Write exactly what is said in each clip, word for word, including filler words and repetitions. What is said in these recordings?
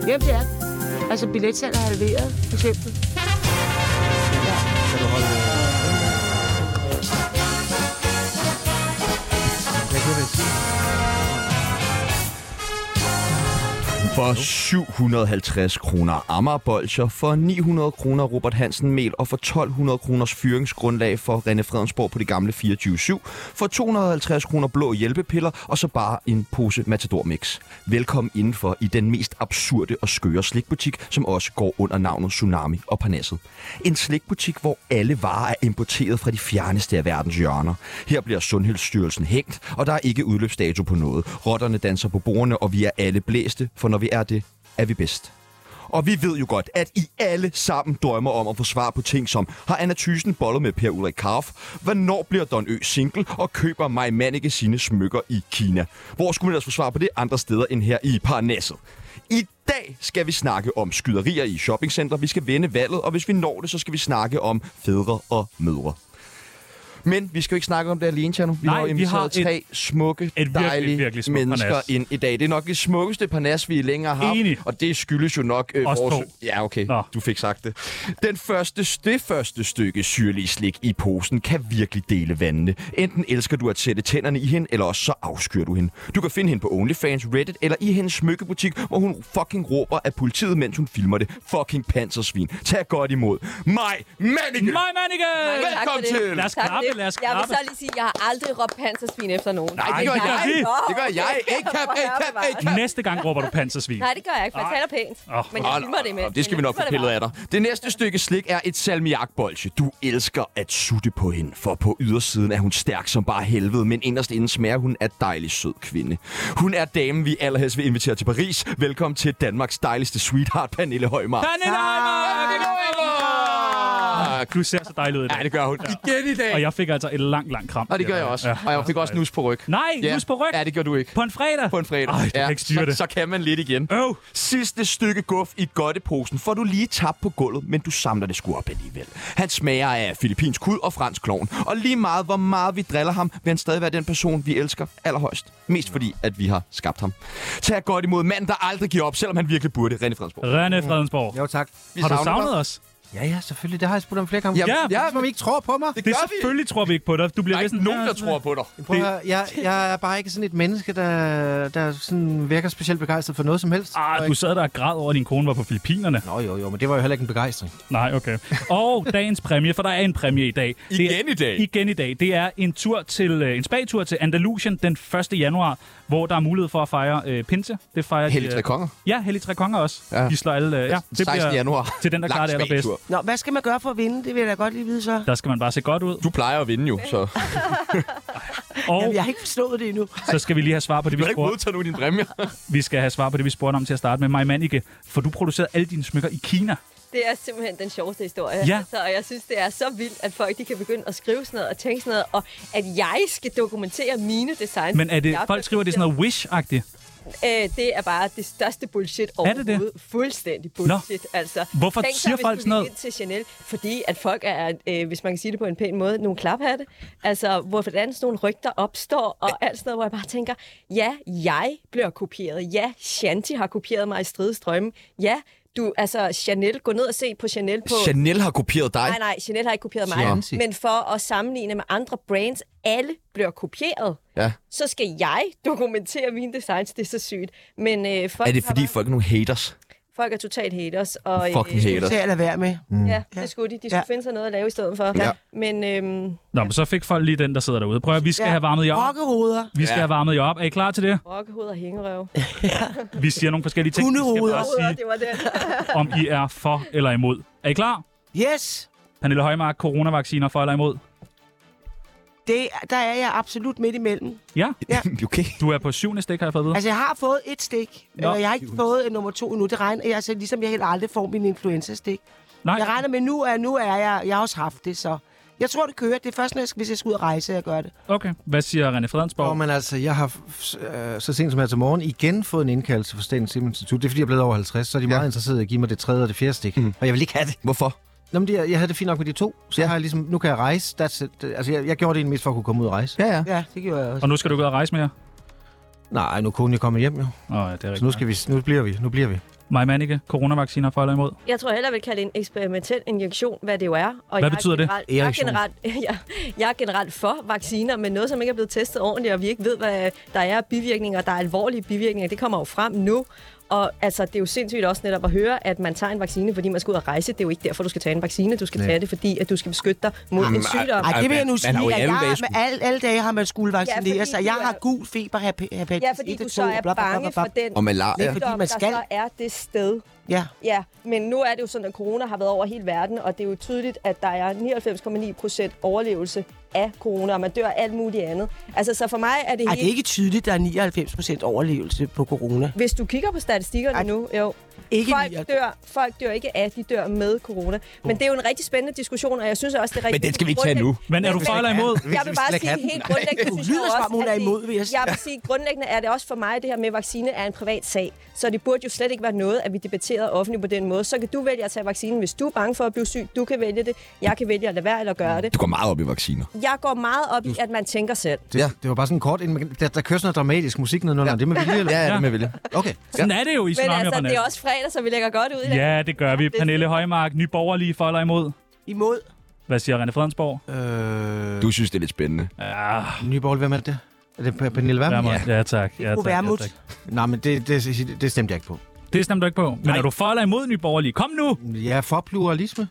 Jamen, det er. Altså, billetsalg er halveret, for eksempel. Ja. Kan du holde... Jeg kunne det sige. For syv hundrede og halvtreds kroner Amagerbolcher, for ni hundrede kroner Robert Hansen Mel og for tolv hundrede kroners fyringsgrundlag for René Fredensborg på det gamle fireogtyve syv, for to hundrede og halvtreds kroner blå hjælpepiller og så bare en pose Matador Mix. Velkommen indenfor i den mest absurde og skøre slikbutik, som også går under navnet Tsunami og Parnasset. En slikbutik, hvor alle varer er importeret fra de fjerneste af verdens hjørner. Her bliver Sundhedsstyrelsen hængt, og der er ikke udløbsdato på noget. Rotterne danser på bordene, og vi er alle blæste, for når vi er det, er vi bedst. Og vi ved jo godt, at I alle sammen drømmer om at få svar på ting som: har Anna Thyssen bollet med Per Ulrik Karf? Hvornår bliver Don Ø single? Og køber Maj Mannicke sine smykker i Kina? Hvor skulle man ellers få svar på det andre steder end her i Parnasset? I dag skal vi snakke om skyderier i shoppingcenter. Vi skal vende valget, og hvis vi når det, så skal vi snakke om fædre og mødre. Men vi skal jo ikke snakke om det alene, Tjerno. Vi Nej, har jo inviteret tre et, smukke, et virkelig, dejlige virkelig smuk mennesker parnas ind i dag. Det er nok det smukkeste parnas, vi længere har haft. Enig. Og det skyldes jo nok... Øh, vores... Ja, okay. Nå. Du fik sagt det. Den første, det første stykke syrlige slik i posen kan virkelig dele vandene. Enten elsker du at sætte tænderne i hende, eller også så afskyr du hende. Du kan finde hende på OnlyFans, Reddit eller i hendes smykkebutik, hvor hun fucking råber af politiet, mens hun filmer det. Fucking pansersvin. Tag godt imod Maj Mannicke! Maj Mannicke! Velkommen til! Lad os klappe, lad os klappe. Jeg vil så lige sige, at jeg har aldrig råbt pansersvin efter nogen. Nej, det gør Nej, jeg. det gør Det gør jeg. A-cap, A-cap, A-cap. Næste gang råber du pansersvin. Nej, det gør jeg ikke, for jeg taler pænt. Oh. Men jeg filmer det med. Det skal vi nok få pillet af dig. Det næste stykke slik er et salmiakbolche. Du elsker at sutte på hende, for på ydersiden er hun stærk som bare helvede, men inderst inden smager hun af dejlig sød kvinde. Hun er damen, vi allerhelst vil invitere til Paris. Velkommen til Danmarks dejligste sweetheart, Pernille Højmark. Pernille Højmark! Du ser så dejlig ud i dag. Ja, det gør hun. Igen i dag. Og jeg fik altså et langt, langt kram. Og det gør jeg også. Og jeg fik også nus på ryg. Nej, ja. nus på ryg? Ja, det gør du ikke. På en fredag? På en fredag. Ej, du ja. kan ikke styre så, det. Så kan man lidt igen. Øv. Sidste stykke guf i godteposen får du lige tabt på gulvet, men du samler det sgu op alligevel. Han smager af filippinsk kud og fransk klovn. Og lige meget, hvor meget vi driller ham, vil han stadig være den person, vi elsker allerhøjst. Mest fordi, at vi har skabt ham. Tag godt imod manden, der aldrig giver op, selvom han virkelig burde. René Fredensborg. René Fredensborg. Jo, tak. Har du savnet os? Ja, ja, selvfølgelig. Det har jeg spurgt om flere gange. Ja, Ja, ja, Som I ikke tror på mig. det Det gør er selvfølgelig tror vi ikke på dig. Du bliver Der er ikke sådan, nogen, der ja, tror på dig. Prøv at høre, jeg, jeg er bare ikke sådan et menneske, der, der sådan virker specielt begejstret for noget som helst. Ah, du sad der og græd over, at din kone var på Filippinerne. Nå jo, jo, men det var jo heller ikke en begejstring. Nej, okay. Og dagens præmie, for der er en præmie i dag. Det er, Igen i dag. Igen i dag. Det er en tur til en spa-tur til Andalusien den første januar, hvor der er mulighed for at fejre øh, pinse. Det fejrer Hellig de, Tre Konger. Ja, Hellig Tre Konger også. Ja. De slår alle. Øh, ja, det sekstende januar. til den, der klarer det Lang allerbedst. spa-tur. Nå, hvad skal man gøre for at vinde? Det vil jeg da godt lige vide så. Der skal man bare se godt ud. Du plejer at vinde jo, så Og Jamen, jeg har ikke forstået det endnu. så skal vi lige have svar på det, du vi har ikke spurgte. modtaget nogen af dine præmier. Vi skal have svar på det, vi spurgte om til at starte med. Maj Mannicke, for du producerede alle dine smykker i Kina. Det er simpelthen den sjoveste historie. Ja. Altså, og jeg synes, det er så vildt, at folk de kan begynde at skrive sådan noget og tænke sådan noget, og at jeg skal dokumentere mine designs. Men er det, Jeg folk skriver det sådan noget Wish-agtigt? Øh, det er bare det største bullshit Er det det? overhovedet. Fuldstændig bullshit. Altså, Hvorfor tænk så, siger hvis folk du sådan noget? gik ind til Chanel, fordi at folk er, øh, hvis man kan sige det på en pæn måde, nogle klaphatte. Altså, hvor hvordan sådan nogle rygter opstår, og alt sådan noget, hvor jeg bare tænker, ja, jeg bliver kopieret. Ja, Shanti har kopieret mig i stridestrømme. Ja, du, altså, Chanel, gå ned og se på Chanel på... Chanel har kopieret dig. Nej, nej, Chanel har ikke kopieret mig. Shanti. Men for at sammenligne med andre brands, alle bliver kopieret. Ja. Så skal jeg dokumentere mine designs. Det er så sygt. Men øh, folk Er det har fordi bare- folk er nogle haters? folk er totalt haters? Og, Fucking haters. Det er at være med. Mm. Ja, det skulle de. De skulle Ja. finde sig noget at lave i stedet for. Ja. Men øhm, Nå, men så fik folk lige den, der sidder derude. Prøv at, vi skal Ja. have varmet jer op. Rokkehoveder. Vi skal Ja. have varmet jer op. Er I klar til det? rokkehoved og hængerøv. Vi siger nogle forskellige ting. Vi skal Hundehoveder. bare sige, Det var det. om I er for eller imod. Er I klar? Yes. Pernille Højmark, coronavacciner for eller imod? Det, der er jeg absolut midt imellem. Ja. Ja. Okay. Du er på syvende stik, har jeg fået at vide. Altså, jeg har fået et stik, Nå. og jeg har ikke fået et nummer to endnu. Det regner jeg, altså, ligesom jeg helt aldrig får min influenza-stik. Nej. Jeg regner med, nu er, nu er jeg, jeg har også haft det, så jeg tror, det kører. Det er først, når jeg skal, hvis jeg skal ud og rejse, jeg gør det. Okay. Hvad siger René Fredensborg? Nå, men altså, jeg har øh, så sent som her til morgen igen fået en indkaldelse fra Statens Serum Institut. Det er, fordi jeg er blevet over halvtreds, så er de meget interesserede i at give mig det tredje og det fjerde stik. Mm. Og jeg vil ikke have det. Hvorfor? Nå, men det, jeg havde det fint nok med de to, så Ja. ja. har jeg ligesom, nu kan jeg rejse. That's it. Altså, jeg, jeg gjorde det egentlig mest for at kunne komme ud og rejse. Ja, ja. Ja, det gjorde jeg også. Og nu skal du gå ud og rejse mere? Nej, nu er konen jo kommet hjem jo. Åh, oh, ja, det er rigtigt. Så nu, skal vi, nu bliver vi. Nu bliver vi. Maja Mannicke, coronavacciner for eller imod? Jeg tror hellere, jeg vil kalde det en eksperimentel injektion, hvad det jo er. Og Hvad jeg betyder er generelt, det? Jeg er, generelt, jeg, jeg er generelt for vacciner, men noget, som ikke er blevet testet ordentligt, og vi ikke ved, hvad der er af bivirkninger. Der er alvorlige bivirkninger. Det kommer jo frem nu. Og altså, det er jo sindssygt også netop at høre, at man tager en vaccine, fordi man skal ud og rejse. Det er jo ikke derfor, du skal tage en vaccine. Du skal Nej. tage det, fordi at du skal beskytte dig mod Jamen, en sygdom. Ej, det vil jeg nu sige, man har jo at alle jeg, dage med alle, alle dage har man skulle vaccinere Ja, fordi sig. Jeg du har er- gul feber, hepatitis Ja, fordi du så er bange for den Og malaria. fordi sygdom, man der skal. så er det sted. Ja. Ja, men nu er det jo sådan, at corona har været over hele verden, og det er jo tydeligt, at der er nioghalvfems komma ni procent overlevelse af corona, og man dør af alt muligt andet. Altså, så for mig er det Ej, helt... det er ikke tydeligt, der er nioghalvfems procent overlevelse på corona. Hvis du kigger på statistikkerne Ej, nu, jo. Ikke Folk nioghalvfems. dør, folk dør ikke af, de dør med corona. Men det er jo en rigtig spændende diskussion, og jeg synes også, det er rigtig... Men den skal vi ikke tage nu. Men er du for eller imod? Jeg vil bare sige helt grundlæggende, Du synes jeg lyder jo som om, også, hun er at det- imod, vil jeg sige. Jeg vil sige, grundlæggende er det også for mig, det her med vaccine er en privat sag. Så det burde jo slet ikke være noget, at vi debatterer offentligt på den måde. Så kan du vælge at tage vaccinen, hvis du er bange for at blive syg. Du kan vælge det. Jeg kan vælge at lade være eller gøre det. Du går meget op i vacciner. Jeg går meget op i, at man tænker selv. Det, Ja. det var bare sådan kort, inden- der, der kører sådan noget dramatisk musik nedenunder. Ja. Ja. Det med vilje, eller? Ja, ja, Ja. det med vilje. Okay. Sådan er det jo i Men Tsunami altså, og det er også fredag, så vi lægger godt ud i dag. Ja, det gør vi. Pernille Højmark, Nye Borgerlige for eller imod? Imod. Hvad siger René Fredensborg? Øh, Du synes, det er lidt spændende. Ja, Nyborg, hvem er det? Er det Pernille Vermund? Vermund. Ja, tak. Ja, Fru tak, ja, Vermund. tak. Nej, men det, det, det stemte jeg ikke på. Det stemte du ikke på. Men er du for eller imod Nye Borgerlige? Kom nu! Jeg er for pluralisme,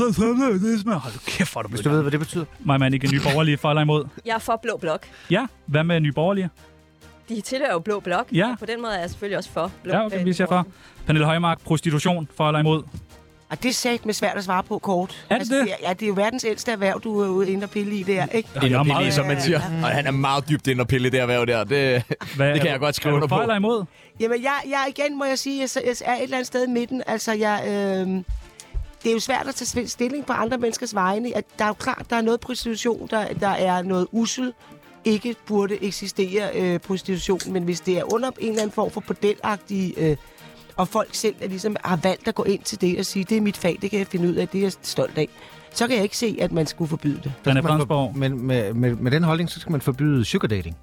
Hold du kæft, hvor er du hvis du ved, hvad det betyder. Maja Mannicke, Nye Borgerlige for eller imod? Jeg er for blå blok. Ja, hvad med Nye Borgerlige? De tilhører jo blå blok. Ja. Og på den måde er jeg selvfølgelig også for blå. Ja, okay, vi siger for. Pernille Højmark, prostitution for eller imod? Og det er sagt med svært at svare på kort. Er det det? Ja, det er jo verdens ældste erhverv, du er ude inde og pille i der, ikke? Jeg er meget- som man siger. Og han er meget dybt inde og pille i det erhverv der. Det, Hvad, det kan er jeg du- godt skrive Er under du for på. eller imod? Jamen, jeg, jeg igen må jeg sige, jeg, jeg er et eller andet sted i midten. Altså, jeg, øh, det er jo svært at tage stilling på andre menneskers vegne. At der er jo klart, der er noget prostitution, der, der er noget ussel, ikke burde eksistere øh, prostitution. Men hvis det er under en eller anden form for bordelagtig, øh, og folk selv er ligesom, har valgt at gå ind til det og sige, det er mit fag, det kan jeg finde ud af, det er jeg stolt af, så kan jeg ikke se, at man skulle forbyde det. René Man for, Fredensborg. men med, med, med den holdning, så skal man forbyde sugar dating.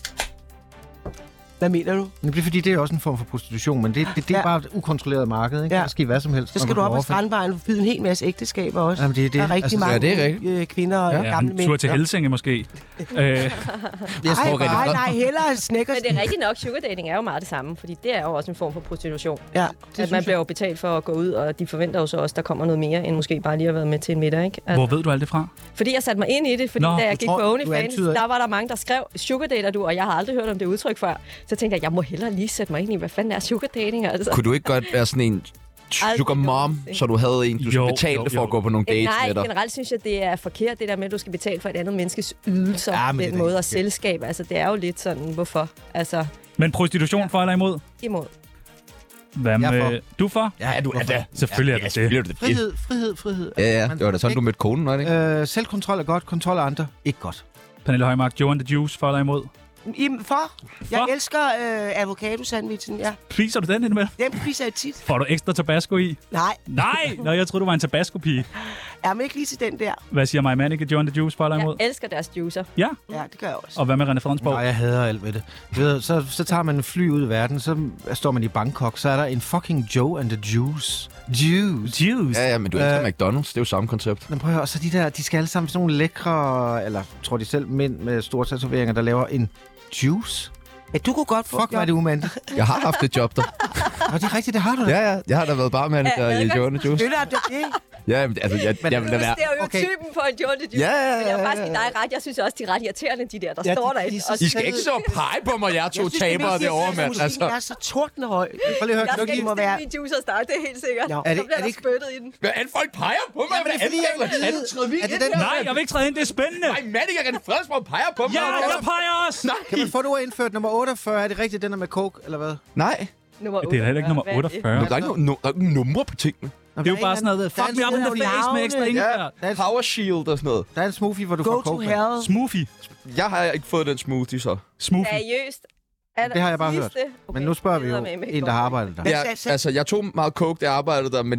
Hvad mener du? Det er fordi, det er også en form for prostitution, men det, det, det er Ja. bare et ukontrolleret marked. Ikke? Ja. Der sker hvad som helst. Så når skal man du op får ad overfald. Strandvejen og forbyde en hel masse ægteskaber også. Jamen, det er det. Der er rigtig Altså, mange ja, det er rigtigt. øh, kvinder og Ja. gamle Ja, en mænd. tur til Helsinge måske. øh, Jeg Ej, tror, René nej, Fred- nej, hellere snækker. Men det er rigtigt nok, sugar dating er jo meget det samme, fordi det er jo også en form for prostitution. Ja, det At man synes bliver jo betalt for at gå ud, og de forventer jo så også, at der kommer noget mere, end måske bare lige at have været med til en middag, ikke? Altså, Hvor ved du alt det fra? fordi jeg satte mig ind i det, fordi Nå, Nå, da jeg jeg gik tror, på du OnlyFans, antyder- der var der mange, der skrev, sugar dater du, og jeg har aldrig hørt om det udtryk før. Så tænkte jeg, jeg må hellere lige sætte mig ind i, hvad fanden er sugar dating, altså. Kunne du ikke godt være sådan en Aldrig sugar mom, nogensinde. så du havde en, du Jo, skulle betale jo, for jo. at gå på nogle Øh, dates Nej, med dig? generelt synes jeg, det er forkert, det der med, at du skal betale for et andet menneskes ydelser Ja, ja, men det er den da måde, ikke- og selskab. Altså, det er jo lidt sådan, hvorfor? Altså, Men prostitution for eller imod? imod. Hvad Jeg er med... Du er for? Ja, du er da. Selvfølgelig er Ja, du det. selvfølgelig er du det. Frihed, frihed, frihed. Ja, ja. Man- Det var da sådan, du mødte konen, var det ikke? Øh, selvkontrol er godt, kontrol af andre ikke godt. Pernille Højmark, Joe and the Juice for eller imod? I, for? Jeg For? elsker øh, avocado-sandwichen, ja. Spiser du den indimellem? Den spiser jeg tit. Får du ekstra tabasco i? Nej, Nej! Nå, jeg troede, du var en tabasco-pige. jeg er ikke lige til den der. Hvad siger Maja Mannicke, Joe and the Juice for eller imod? Jeg elsker deres juicer. Ja. Ja, det gør jeg også. Og hvad med René Fredensborg? Nej, jeg hader alt ved det. Du ved, så, så tager man en fly ud i verden, så står man i Bangkok, så er der en fucking Joe and the Juice. Juice. Juice. Ja, ja, men du elsker Øh, McDonald's. Det er jo samme koncept. Men prøv at høre, så de der, de skal alle sammen sådan nogle lækre, eller tror de selv, mænd med store tatoveringer, der laver en juice. Ja, du kunne godt få Fuck, hvor er det umandigt. Jeg har haft et job der. Nå, det er rigtigt, det har du da. Ja, ja. Jeg har da været barmanager i Joe and the Juice. Føler du det? Ja, men altså, jeg, jeg vil da Du være... er jo Okay. typen på en Jordan Juice. Ja, ja, ja, Men jeg er ja, faktisk ja. i dig ret. Jeg synes også, de er ret irriterende, de der, der Ja, står de- der. de er så Og I skal ikke så pege på mig, jeg er to tabere derovre, mand. Altså. Jeg er så tordnehøj. Prøv lige at høre, jeg kan du skal ikke ikke må stille være- min juicer start, det er helt sikkert. Nå. Så Er det- bliver er der det ikke- spyttet i den. Hvad er det, folk peger på mig? men det er fordi, jeg ikke Er du trædet Er det den? Nej, jeg vil ikke træde ind. Det er spændende. Nej, Manning og René Fredensborg peger på mig. Ja, jeg peger også. Kan man få det indført nummer otteogfyrre? Er det rigtigt, den er med coke, eller hvad? Nej, Nummer Det er heller ikke nummer Hvad er det? otteogfyrre. der er ikke nogen, der er ikke nogen numre på tingene. Det er jo bare sådan noget, fuck me up in the face med ekstra ingefær. Der er, et, Power Shield og sådan noget. der er en smoothie, hvor du Go får to coke. hell. Smoothie. Jeg har ikke fået den smoothie, så. Smoothie. Seriøst? Er der Det har jeg bare sidste? hørt. Men nu spørger vi jo Eddermame ikke en, der har arbejdet der. Hvad Ja, sagde- sagde- altså, jeg tog meget coke, da jeg arbejdede der, men jeg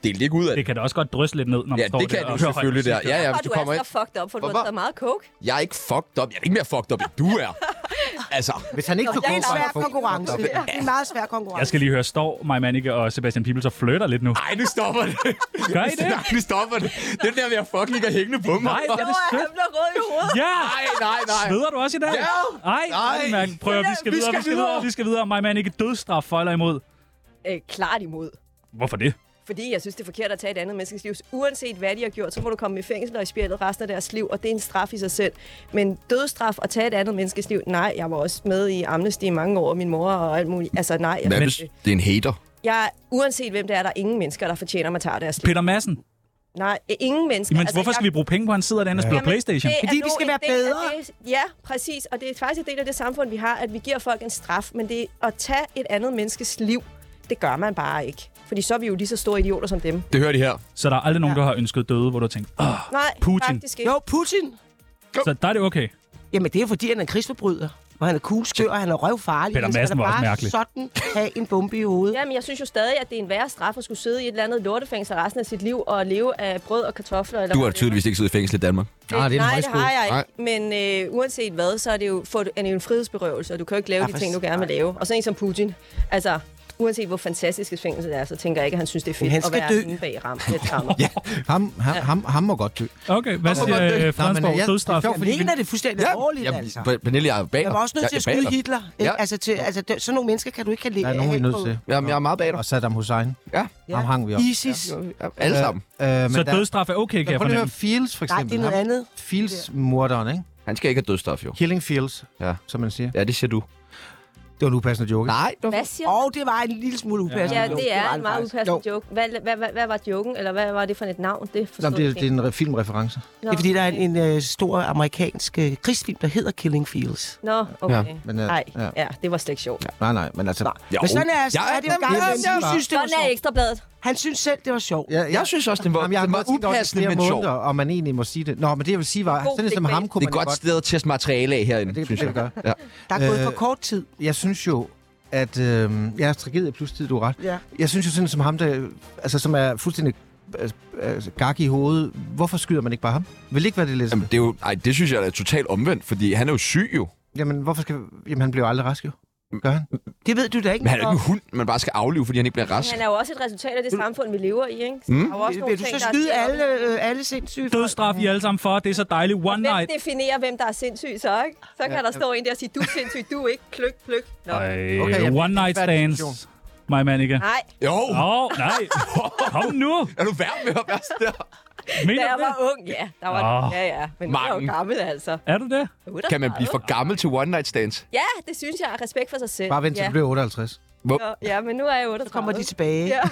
del det ikke ud af Det det. kan da også godt drysse lidt ned, når man Ja, står det der kan og du hører selvfølgelig høj der. musik. Ja, ja, Og hvis du du kommer er ind. så fucked up, for du har Hvorfor? taget meget coke. Jeg er ikke fucked up. Jeg er ikke mere fucked up, end du er. Altså, Hvis han ikke Det kunne er en gå svær for konkurrence. Det er en meget svær konkurrence. Jeg skal lige høre, står Maja Mannicke og Sebastian Pibels og flytter lidt nu? ej, nu stopper det. Gør I det? Nej, nu stopper det. Det er der, jeg fucking ligger hængende på mig. Nej, det er det Åh, sødt. han bliver rød i hovedet. Ja! Nej, nej, nej. Sveder du også i dag? Ja! Ej, nej. Man. Prøv at, vi skal Vi videre, skal vi skal videre, videre. vi skal videre. Maja Mannicke, dødsstraf for eller imod? Øh, klart imod. Hvorfor det? Fordi jeg synes, det er forkert at tage et andet menneskes liv. Uanset hvad de har gjort, så må du komme i fængsel og i spjældet resten af deres liv, og det er en straf i sig selv. Men dødsstraf at tage et andet menneskes liv, nej, jeg var også med i Amnesty i mange år, min mor og alt muligt. Altså nej. Jeg, Hvad hvis det er en hater? jeg, uanset hvem det er, der er ingen mennesker, der fortjener, at man tager deres liv. Peter Madsen. Nej, ingen mennesker. Jamen, hvorfor skal vi bruge penge på, at han sidder derinde og spiller Jamen, Playstation? det er Fordi nu vi skal en være del af bedre. Det, ja, præcis. Og det er faktisk en del af det samfund, vi har, at vi giver folk en straf. Men det at tage et andet menneskes liv, det gør man bare ikke. Fordi så er vi jo lige så store idioter som dem. Det hører de her. Så der er aldrig nogen, der har ønsket døde, hvor du har tænkt, åh, Nej, Putin. faktisk ikke. Jo, Putin. så der er det okay. Jamen, det er fordi, han er en krigsforbryder. Og han er kugleskør, og han er røvfarlig. Peter Han skal Madsen da var også bare mærkelig. sådan have en bombe i hovedet. Jamen, jeg synes jo stadig, at det er en værre straf at skulle sidde i et eller andet lortefængsel resten af sit liv og leve af brød og kartofler. Eller Du har hvad det er. tydeligvis ikke siddet i fængsel i Danmark. Nej, det er en Nej, det højskole. har jeg ikke. Men øh, uanset hvad, så er det jo, for, er det jo en frihedsberøvelse, og du kan jo ikke lave Ja, de for ting, du gerne vil lave. Og sådan en som Putin. Altså, uanset hvor fantastisk et fængsel det er, så tænker jeg ikke, at han synes, det er Men fedt han at skal være dø. inde bag ram. Det rammer. Ja, ham, ham, ham, ham må godt dø. Okay, hvad Hvorfor var siger det? øh, Nå, men, Fredensborg? jeg- Dødsstraf? det er sjovt, Jeg mener det fuldstændig alvorligt, Jamen, altså. Pernille, jeg er bag dig. Jeg var også nødt til at Jeg er bag skyde dig. Hitler. Ikke? Ja. Altså, til, altså det, sådan nogle mennesker kan du ikke have Der er nogen, vi er nødt til. Jamen, jeg er meget bag dig. Og Saddam Hussein. Ja. Ja. Ham hang vi op. ISIS. Ja, alle sammen. Øh, men Så der- dødsstraf er okay, kan Men jeg prøv lige at høre fornemme. Fields, for Nej, eksempel. det er noget Ham- andet. Fields-morderen, ikke? Han skal ikke have dødsstraf, jo. Killing Fields, Ja. som man siger. Ja, det siger du. Det var en upassende joke. Nej, du... Hvad siger du? Og det var en lille smule upassende. Ja, joke. det er var en meget faktisk. upassende Jo. joke. Hvad, hvad, hvad, hvad var joken, eller hvad var det for et navn? Det Nå, forstod det, er, jeg det er ikke. en re- filmreference. Nå, Det er fordi, der er en, en uh, stor amerikansk uh, krigsfilm, der hedder Killing Fields. Nå, okay. Ja, men, øh, Nej, ja. ja, det var slet ikke sjovt. Nej, nej, men altså... Jo. Men sådan er, så Ja, er det jo jamen, gammelt. ja, Han ja, synes, det var Sådan er sjovt. Ekstrabladet. Han synes selv, det var sjovt. Ja, Jeg synes også, den var, Jamen, jeg har den var godt tænkt over det i upassende, flere men sjov. måneder, og man egentlig må sige det. Nå, men det jeg vil sige var, God sådan en som clickbait. ham kunne Det er man godt godt... sted at teste materiale af herinde, Ja, det, synes det, jeg. det gør. Ja. Der er gået Øh, for kort tid. Jeg synes jo, at... Øh, jeg er tragedie plus tid, du er ret. Ja. Jeg synes jo sådan en som ham, der, altså, som er fuldstændig altså, altså, gak i hovedet. Hvorfor skyder man ikke bare ham? Vil det ikke være det lidt? Jamen, det er jo, ej, det synes jeg er totalt omvendt, fordi han er jo syg jo. Jamen, hvorfor skal... Jamen, han bliver jo aldrig rask, jo. Gør han? Det ved du da ikke. Men han er jo noget ikke en hund, man bare skal aflive, fordi han ikke bliver rask. Han er jo også et resultat af det samfund, vi lever i, ikke? Så Mm. der er jo også om. nogle Vil du ting, så der er skyde sker. alle, øh, alle sindssyge folk? Dødsstraf I alle sammen for, det er så dejligt. One Hvem night. definerer, hvem der er sindssyg så, ikke? Så kan der stå en der og sige, du er sindssyg, du er ikke. Pløk, pløk. Nå. Ej, Okay, jeg- one night færdig stands. diskussion. Maja Mannicke. Nej, Jo! Åh, oh, nej. Kom nu. Er du værd med at være sådan der? da Mener jeg du det? var ung, ja. Der var, Åh. ja, ja. Men nu er jeg Mange. jo gammel, altså. Er du det? Kan man blive for gammel til one night stands? Ja, det synes jeg. Respekt for sig selv. Bare vent til ja. du bliver otteoghalvtreds. Nå, ja, men nu er jeg otteogtredive. Så kommer de tilbage. Ja.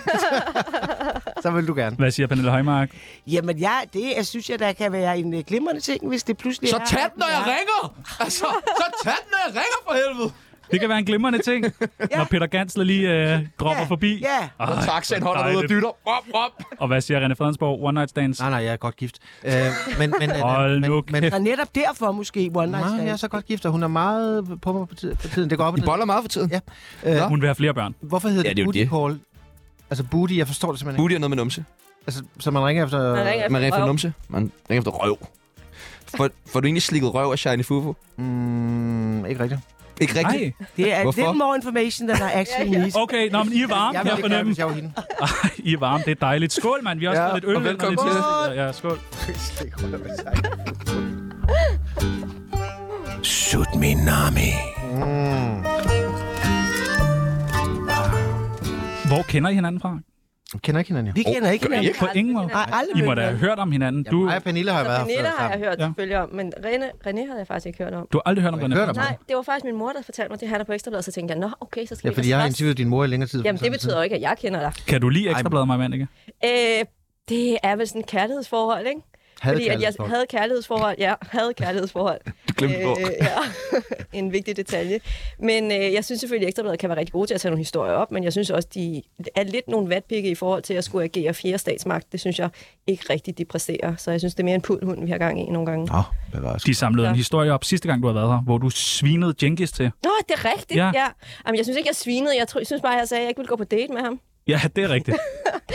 Så vil du gerne. Hvad siger Pernille Højmark? Jamen, ja, det jeg synes jeg, der kan være en øh, glimrende ting, hvis det pludselig Så er... tag den, når jeg ringer! Altså, så tag den, når jeg ringer for helvede! Det kan være en glimrende ting, når Peter Gansler lige øh, dropper Ja, forbi. ja. Og taxaen holder dejligt. ud og dytter. Op, op. Og hvad siger René Fredensborg? One night stands? Nej, nej, jeg er godt gift. Øh, men, men, Hold men, nu men, men, Og netop derfor måske One Night nej, jeg er Stand. så godt gift, og hun er meget på mig på tiden. For tiden. Det går op og I ned. boller meget for tiden. Ja. Øh, Hun vil have flere børn. hvorfor hedder Ja, det, det er jo booty det. call? Altså booty, jeg forstår det simpelthen ikke. Booty er noget med numse. Altså, så man ringer efter... Man ringer efter Man ringer efter røv. numse. Man ringer efter røv. Får, får du egentlig slikket røv af Shiny Fufu? Mm, ikke rigtigt. Ikke rigtigt? Nej. Det er Hvorfor? lidt more information, than I actually need. Okay, nå, men I er varme, Jeg kan vil jeg ikke gøre, fornemme. hvis jeg var hende. Ej, I er varme, det er dejligt. Skål, mand. Vi har også Ja, fået lidt øl. og velkommen og lidt til. sidste- Ja, skål. Sut min nami. Mm. Hvor kender I hinanden fra? Jeg kender ikke hinanden, Vi jo. kender ikke gør I hinanden. ikke? På ingen måde. Nej, aldrig I må mødt da have hinanden. hørt om hinanden. Ja, Du, mig og Pernille har jo Så været her Pernille før har jeg sammen. hørt Ja. selvfølgelig om, men René, René havde jeg faktisk ikke hørt om. du har aldrig hørt om Jeg René har hørt om Nej, det var faktisk min mor, der fortalte mig det. Han er på Ekstrabladet, så tænkte jeg, nå, okay, så skal Ja, vi fordi da jeg har slås. interviewet din mor i længere tid. Jamen, det betyder jo ikke, at jeg kender dig. Kan du lide Ekstrabladet, Maja Mannicke? Øh, det er vel sådan et kærlighedsforhold, ikke? Havde Fordi at jeg kærlighedsforhold. havde kærlighedsforhold. Ja, havde kærlighedsforhold. Du glemte øh, ja, en vigtig detalje. Men øh, jeg synes selvfølgelig, at Ekstrabladet kan være rigtig gode til at tage nogle historier op, men jeg synes også, de er lidt nogle vatpikke i forhold til at skulle agere fjerde statsmagt. Det synes jeg ikke rigtigt, de præsterer. Så jeg synes, det er mere en pudhund, vi har gang i nogle gange. Nå, hvad var det? De samlede Ja. en historie op sidste gang, du har været her, hvor du svinede Genghis til. Nå, det er rigtigt, Ja. ja. ja. Jamen, jeg synes ikke, jeg svinede. Jeg, tror, jeg synes bare, jeg sagde, at jeg ikke ville gå på date med ham. Ja, det er rigtigt.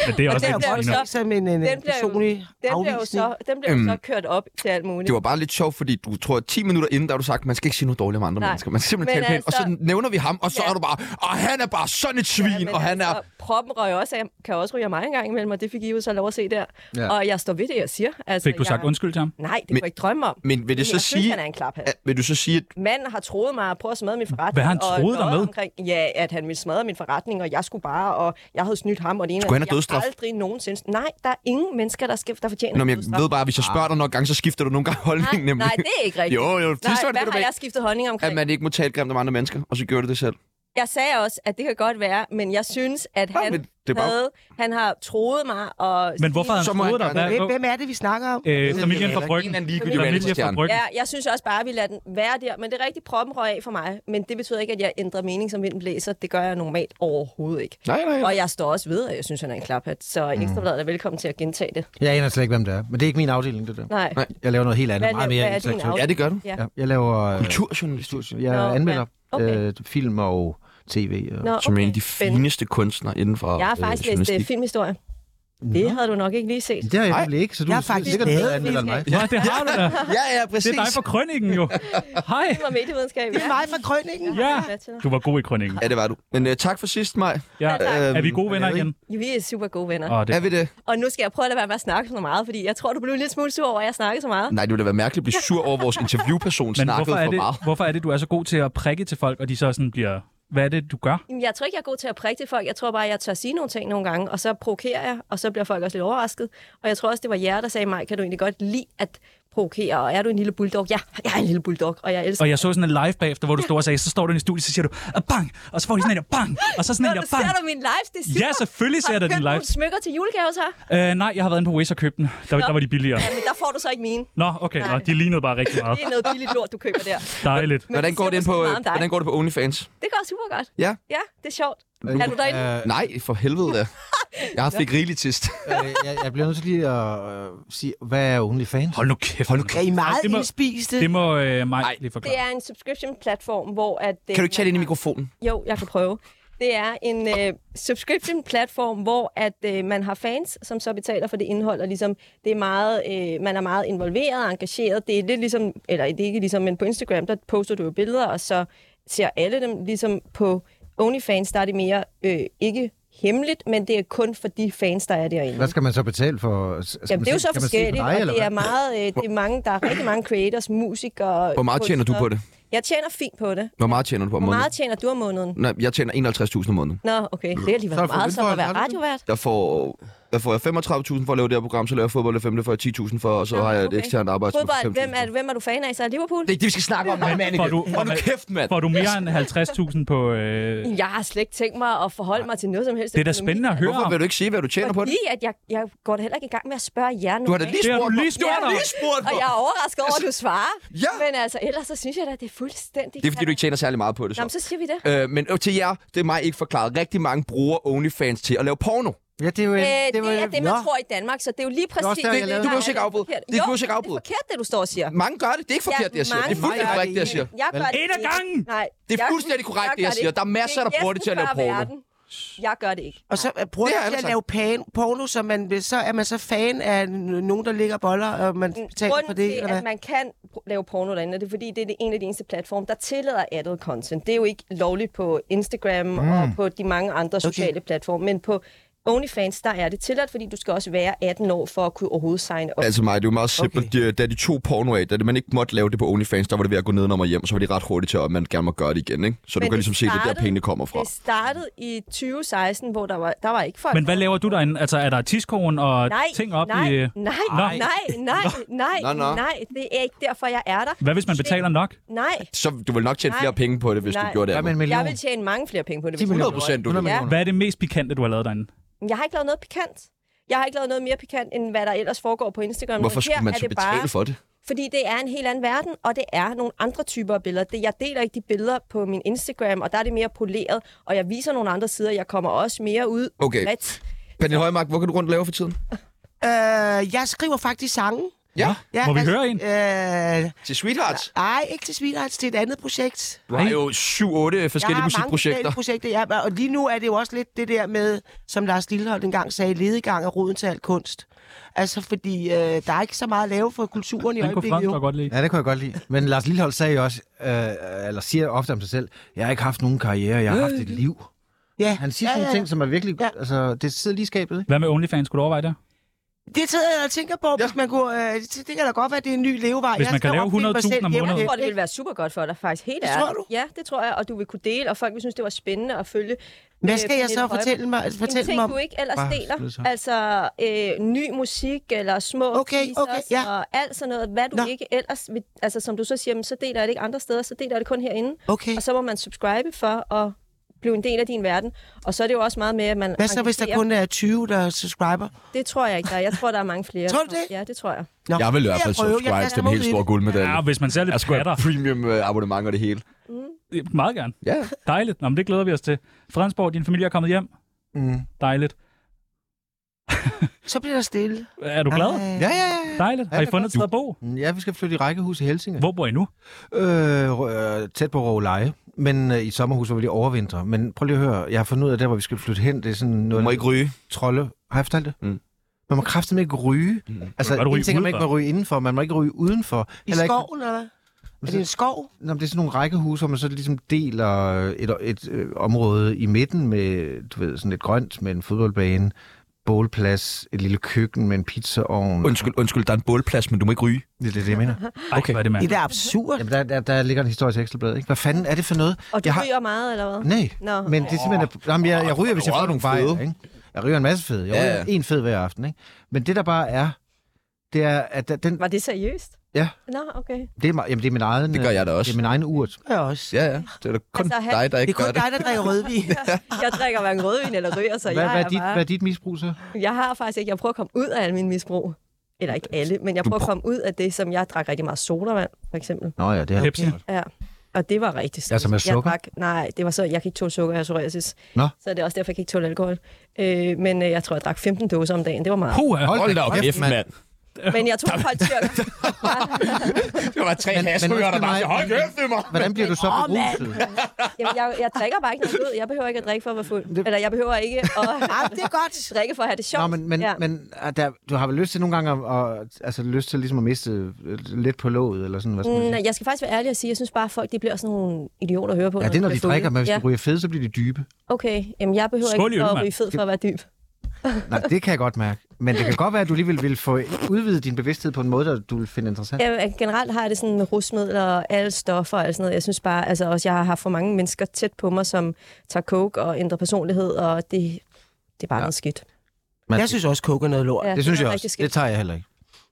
Men det er også det er lidt jo sviner. også som en, en Den bliver jo- personlig Den bliver jo afvisning. så, den bliver jo Øhm, så kørt op til alt muligt. Det var bare lidt sjovt, fordi du tror, at ti minutter inden, der har du sagt, at man skal ikke sige noget dårligt om andre Nej. mennesker. Man skal simpelthen Men tale pænt. Og så altså- nævner vi ham, og så Ja. er du bare, og han er bare sådan et svin, men og han er... altså, proppen røg også af, kan også ryge mig en gang imellem, og det fik I jo så lov at se der. Ja. Og jeg står ved det, jeg siger. Altså, Fik du sagt jeg... undskyld til ham? Nej, det Men- kunne jeg ikke drømme om. Men vil det så jeg synes, sige... han er en klaphat. at- Vil du så sige, at Manden har troet mig at prøve at smadre min forretning. Hvad har han og troet dig noget med? Omkring, ja, at han ville smadre min forretning, og jeg skulle bare, og jeg havde snydt ham, og det ene Skulle han have jeg dødsstraf? aldrig nogensinde... Nej, der er ingen mennesker, der, skal, der fortjener Nå, men jeg dødsstraf. ved bare, at hvis jeg spørger dig nok gange, så skifter du nogle gange holdning, nej, nemlig. nej, det er ikke rigtigt. Jo, jo, Nej, tilsvarende hvad vil du har med, jeg skiftet holdning omkring? at man ikke må tale grimt om andre mennesker, og så gjorde du det selv. Jeg sagde også, at det kan godt være, men jeg synes, at Ja, han, men det er bare- havde, han har troet mig. Og Men hvorfor har Så han må troet han dig? gerne- Hvad- Hvem, hvem er det, vi snakker om? Øh, familien fra En Bryggen. eller anden ligegyldig Familien fra reality-stjerne. Bryggen. Ja, jeg synes også bare, at vi lader den være der. Men det er rigtig proppen røg af for mig. Men det betyder ikke, at jeg ændrer mening, som vinden blæser. Det gør jeg normalt overhovedet ikke. Nej, nej, nej. Og jeg står også ved, at jeg synes, han er en klaphat. Så Ekstrabladet er velkommen til at gentage det. Jeg aner slet ikke, hvem det er. Men det er ikke min afdeling, det der. Nej. Nej. Jeg laver noget helt andet. Hvad, Meget hvad mere er din intellektuelt. afdeling? Ja, det gør du. Ja. Ja, jeg laver... øh, Kulturjournalistik. Jeg Nå, anmelder okay. øh, film og tv. Og... Nå, Som er en af okay. de Spændende. fineste kunstnere inden for Jeg har øh, faktisk læst uh, journalistik. filmhistorie. Det havde du nok ikke lige set. Det har jeg Nej. nemlig ikke, så du Jeg er har faktisk sikkert lavet bedre anmelder end mig. Ja, det har du da. Ja, ja, præcis. Det er dig fra Krønningen jo. Hej. Det var medievidenskab. Det er mig fra Krønningen. Ja, du var god i Krønningen. Ja, det var du. Men uh, tak for sidst, Maj. Ja. Øhm, Er vi gode venner igen? Ja, vi er super gode venner. Åh, Er det. vi det? Og nu skal jeg prøve at lade være med at snakke så meget, fordi jeg tror, du blev en lille smule sur over, at jeg snakkede så meget. Nej, det ville da være mærkeligt at blive sur over, vores interviewperson Men snakkede hvorfor er, for det, meget. hvorfor er det, du er så god til at prikke til folk, og de så sådan bliver... Hvad er det, du gør? Jeg tror ikke, jeg er god til at prikke til folk. Jeg tror bare, jeg tør sige nogle ting nogle gange, og så provokerer jeg, og så bliver folk også lidt overrasket. Og jeg tror også, det var jer, der sagde mig, kan du egentlig godt lide at provokere, og er du en lille bulldog? Ja, jeg er en lille bulldog, og jeg elsker Og jeg så sådan en live bagefter, hvor du stod og sagde, så står du inde i studiet, så siger du, ah, bang! Og så får de sådan en, der, bang! Og så sådan en, Nå, der, du bang! ser du min live, det er super. Ja, selvfølgelig ser jeg da din Har du live. købt nogle smykker til julegave så? Øh, nej, jeg har været inde på Wish og købt den. Der, der var de billigere. Ja, men der får du så ikke mine. Nå, okay, nå, de lignede bare rigtig meget. Det er noget billigt lort, du køber der. Dejligt. Men Hvordan det går siger det ind måske på, meget om dig. hvordan går det på OnlyFans? Det går super godt. Ja. Ja, det er sjovt. Er du derinde? Øh, Nej, for helvede da. Jeg har fik rigeligt sidst. øh, jeg, jeg bliver nødt til lige at øh, sige, hvad er OnlyFans? Hold nu kæft. Hold nu Er I meget det må- indspiste? Det må øh, mig Ej. lige forklare. Det er en subscription-platform, hvor at... øh, Kan du ikke tage det ind i man har- mikrofonen? Jo, jeg kan prøve. Det er en øh, subscription-platform, hvor at øh, man har fans, som så betaler for det indhold, og ligesom, det er meget, øh, man er meget involveret og engageret. Det er lidt ligesom, eller det er ikke ligesom, men på Instagram, der poster du jo billeder, og så ser alle dem ligesom på OnlyFans, der er det mere øh, ikke hemmeligt, men det er kun for de fans, der er derinde. Hvad skal man så betale for? Skal Jamen, man det er jo se- så kan man se på forskelligt, dig, og eller det er hvad? meget, øh, det er mange, der er rigtig mange creators, musikere. Hvor meget tjener du på kunstnere. det? Jeg tjener fint på det. Hvor meget tjener du på om Hvor måneden? meget tjener du om måneden? Nej, jeg tjener enoghalvtreds tusind om måneden. Nå, okay. Det er alligevel Så er det for meget lidt som for- at være har du det? radiovært. Der får, der får jeg femogtredive tusind for at lave det her program, så laver jeg fodbold F M, det får jeg ti tusind for, og så Nå, har jeg et okay. eksternt arbejde. som Fodbold, fem tusind. hvem er, hvem er du fan af? Så er det Liverpool? Det er ikke det, vi skal snakke om, mand. Får du, Hold nu kæft, mand. får du mere end halvtreds tusind på... Øh... Jeg har slet ikke tænkt mig at forholde mig til noget som helst. Det er da økonomi. spændende at høre Hvorfor om. vil du ikke sige, hvad du tjener på det? Fordi at jeg, jeg går da heller ikke i gang med at spørge jer nu. Du har da lige Det har spurgt du lige mig. spurgt Du har om. lige spurgt Og mig. jeg er overrasket over, at du svarer. Ja. Men altså, ellers så synes jeg da, at det er fuldstændig... Det er, fordi du ikke tjener særlig meget på det, Nå, men så. så siger vi det. Øh, men øh, til jer, det er mig ikke forklaret. Rigtig mange bruger OnlyFans til at lave porno. Ja, det er jo... Øh, det det var- er det, man Nå. tror i Danmark, så det er jo lige præcis... også der, jeg det, lavede- Du der behøver er ikke det afbryde. forkert. Det behøver ikke Jo, afbryde. det er forkert, det du står og siger. Mange gør det. Det er ikke forkert, det jeg siger. Det er mange fuldstændig gør korrekt, det jeg siger. Jeg gør det En ad ikke. gangen! Nej. Det er jeg- fuldstændig korrekt, jeg det jeg gør siger. Der er masser, der bruger det til at lave næsten før porno. verden. Jeg gør det ikke. Og så øh, bruger Det det har til jeg at lave pan, porno, så, man, så er man så fan af n- nogen, der ligger boller, og man betaler for Grunden det, til, eller hvad? at man kan pr- lave porno derinde, det er fordi, det er det en af de eneste platforme, der tillader added content. Det er jo ikke lovligt på Instagram mm. og på de mange andre sociale okay. platforme, men på OnlyFans, der er det tilladt, fordi du skal også være atten år for at kunne overhovedet signe op. Altså mig, det er jo meget simpelt. Okay. Da de to porno af, da man ikke måtte lave det på OnlyFans, der var det ved at gå ned og hjem, så var de ret hurtigt til, at man gerne må gøre det igen, ikke? Så Men du kan ligesom se, det er der startede- pengene kommer fra. Det startede i tyve seksten, hvor der var, der var ikke folk. Men hvad laver du derinde? Altså, er der tiskoen og nej, ting op nej, i... øh, nej, Nå. nej, nej, nej, Nå, nå. nej, det er ikke derfor, jeg er der. Hvad hvis man betaler nok? Nej, Så du vil nok tjene Nej. flere penge på det, hvis Nej. du gjorde det. Hvad med en Emma. million? jeg vil tjene mange flere penge på det. ti hvis jeg hundrede gjorde procent, du hundrede vil. Ja. millioner. Hvad er det mest pikante, du har lavet derinde? det. Jeg har ikke lavet noget pikant. Jeg har ikke lavet noget mere pikant, end hvad der ellers foregår på Instagram. Hvorfor Men skulle her man er så det bare- betale for det? Fordi det er en helt anden verden, og det er nogle andre typer af billeder. Det, jeg deler ikke de billeder på min Instagram, og der er det mere poleret, og jeg viser nogle andre sider. Jeg kommer også mere ud Okay. bredt. Pernille Højmark, hvor kan du rundt lave for tiden? Øh, jeg skriver faktisk sange. Ja. Ja, Må vi altså, høre en? Øh, Til Sweethearts. nej, ikke til Sweethearts, til et andet projekt. Du har jo syv otte forskellige jeg har musikprojekter. mange projekter, ja, og lige nu er det jo også lidt det der med, som Lars Lilholt engang sagde, ledegang er roden til al kunst. Altså, fordi øh, der er ikke så meget at lave for kulturen i Den kunne øjeblikket. Frank Jo. da godt lide. Ja, det kunne jeg godt lide. Men Lars Lilholt sagde jo også, øh, eller siger ofte om sig selv, jeg har ikke haft nogen karriere, jeg har haft et liv. Ja. Han siger ja, sådan ja, nogle ting, som er virkelig... Ja. Altså, det sidder lige i skabet, ikke? Hvad med OnlyFans? Skulle du overveje det? Det sidder jeg og tænker på, hvis man kunne... Øh, det kan da godt være, det er en ny levevej. Hvis Jeg man kan skal lave opfinde mig hundrede tusind selv om hjemme måneden. Jeg lidt, tror, det ikke? ville være super godt for dig, faktisk. Helt Det ærligt. tror du? Ja, det tror jeg, og du vil kunne dele, og folk vil synes, det var spændende at følge. Hvad øh, skal jeg så Pernille fortælle mig, Højbjerg. fortælle Ting, mig om? du ikke ellers Bare deler. flød så. Altså øh, ny musik, eller små Okay, teasers, okay, ja. og alt sådan noget. Hvad du Nå. ikke ellers... Vil, altså, som du så siger, så deler jeg det ikke andre steder, så deler jeg det kun herinde. Okay. Og så må man subscribe for at blive en del af din verden. Og så er det jo også meget med, at man Hvad så, hvis der engagerer. kun er tyve, der subscriber? Det tror jeg ikke, der er. Jeg tror, der er mange flere. Tror du det? Ja, det tror jeg. Nå, Jeg vil i hvert det fald prøve. Jeg subscribe kaster til den mig helt ud i store det. guldmedalje. Ja, hvis man ser lidt Jeg skulle patter. have premium øh, abonnement og det hele. Meget gerne. Ja. Dejligt. Nå, men det glæder vi os til. Fredensborg, din familie er kommet hjem. Mm. Dejligt. Så bliver der stille. Er du glad? Ej. Ja, ja, ja. Dejligt. Har I fundet et sted at bo? Ja, vi skal flytte i rækkehus i Helsinge. Hvor bor I nu? Øh, øh, tæt på Råleje, men øh, i et sommerhus, hvor vi lige overvintrer. Men prøv lige at høre, jeg har fundet ud af, der hvor vi skal flytte hen, det er sådan Du noget... må ikke ryge. Trolde. Har jeg fortalt det? Mm. Man må kraftedeme ikke ryge. Mm. Altså, godt ryge en ting er, man ikke udenfor. må ryge indenfor, man må ikke ryge udenfor. I Heller ikke- skoven, eller hvad? Er det en skov? Nå, men det er sådan nogle rækkehuse, hvor man så ligesom deler et, et, et øh, område i midten med, du ved, sådan lidt grønt med en fodboldbane, bålplads, et lille køkken med en pizzaovn. Undskyld, undskyld, der er en bålplads, men du må ikke ryge. Det er det, jeg mener. Ej, okay. Hvad er det, mand? Det er da absurd. Jamen, der, der, der ligger en historie til Ekstrabladet, ikke? Hvad fanden er det for noget? Og du Jeg har- ryger meget, eller hvad? Nej, Nå. men det er simpelthen... Jamen, jeg, jeg ryger, hvis jeg røget får nogle nogle fejl, fede. ikke? Jeg ryger en masse fed. Jeg Ja, ryger ja. en fed hver aften, ikke? Men det, der bare er, det er, at der- den... Var det seriøst? Ja. Nå, okay. Det er, mig- jamen, det er min egen... Det gør jeg da også. Det er min egen urt. Jeg også. Ja, ja. Det er da kun Altså, han- dig, der Det ikke er kun gør det. dig, der drikker rødvin. Jeg drikker hverken rødvin eller ryger, så Hvad, jeg hvad, er er dit, bare... hvad er dit misbrug så? Jeg har faktisk ikke... Jeg prøver at komme ud af alle mine misbrug. Eller ikke alle, men jeg prøver at komme ud af det, som jeg drak rigtig meget sodavand, for eksempel. Nå ja, det er Pepsi. Ja. Og det var rigtig skidt. Altså med sukker? Jeg drak, nej, det var så, jeg kan ikke tåle sukker, jeg har psoriasis. Nå. Så det er også derfor, jeg kan ikke tåle alkohol. Øh, men øh, jeg tror, jeg drak femten dåser om dagen. Det var meget. Puh, Hold da op, kæft, F, mand. Men jeg tog en kold tyrker. Det var tre Men- hasryger, men der undskyld bare mig, siger, hold kæft, det er mig. Hvordan bliver du så Åh, mand. beruset? Jamen, jeg, jeg drikker bare ikke noget ud. Jeg behøver ikke at drikke for at være fuld. Eller jeg behøver ikke at Ja, det er godt. drikke for at have det sjovt. Nå, men, men, ja. ja. men er der, du har vel lyst til nogle gange at, at altså, lyst til ligesom at miste øh, lidt på låget, eller sådan, hvad skal man Mm, sige? jeg skal faktisk være ærlig og sige, jeg synes bare, at folk de bliver sådan nogle idioter at høre på. Ja, det er, når de bliver fulde. drikker, men hvis Ja, de ryger fed, så bliver de dybe. okay. Jamen, jeg behøver Skål i ikke øl, at mand. ryge fed for at være dyb. Nej, det kan jeg godt mærke. Men det kan godt være, at du alligevel vil få udvidet din bevidsthed på en måde, der du vil finde interessant. Jeg, generelt har jeg det sådan med rusmidler og alle stoffer og alt sådan noget. Jeg synes bare, altså også, jeg har haft for mange mennesker tæt på mig, som tager coke og ændrer personlighed, og det, det er bare ja. noget skidt. Men, Jeg synes også, coke er noget lort. Ja, det synes er jeg rigtig også. skidt. Det tager jeg heller ikke.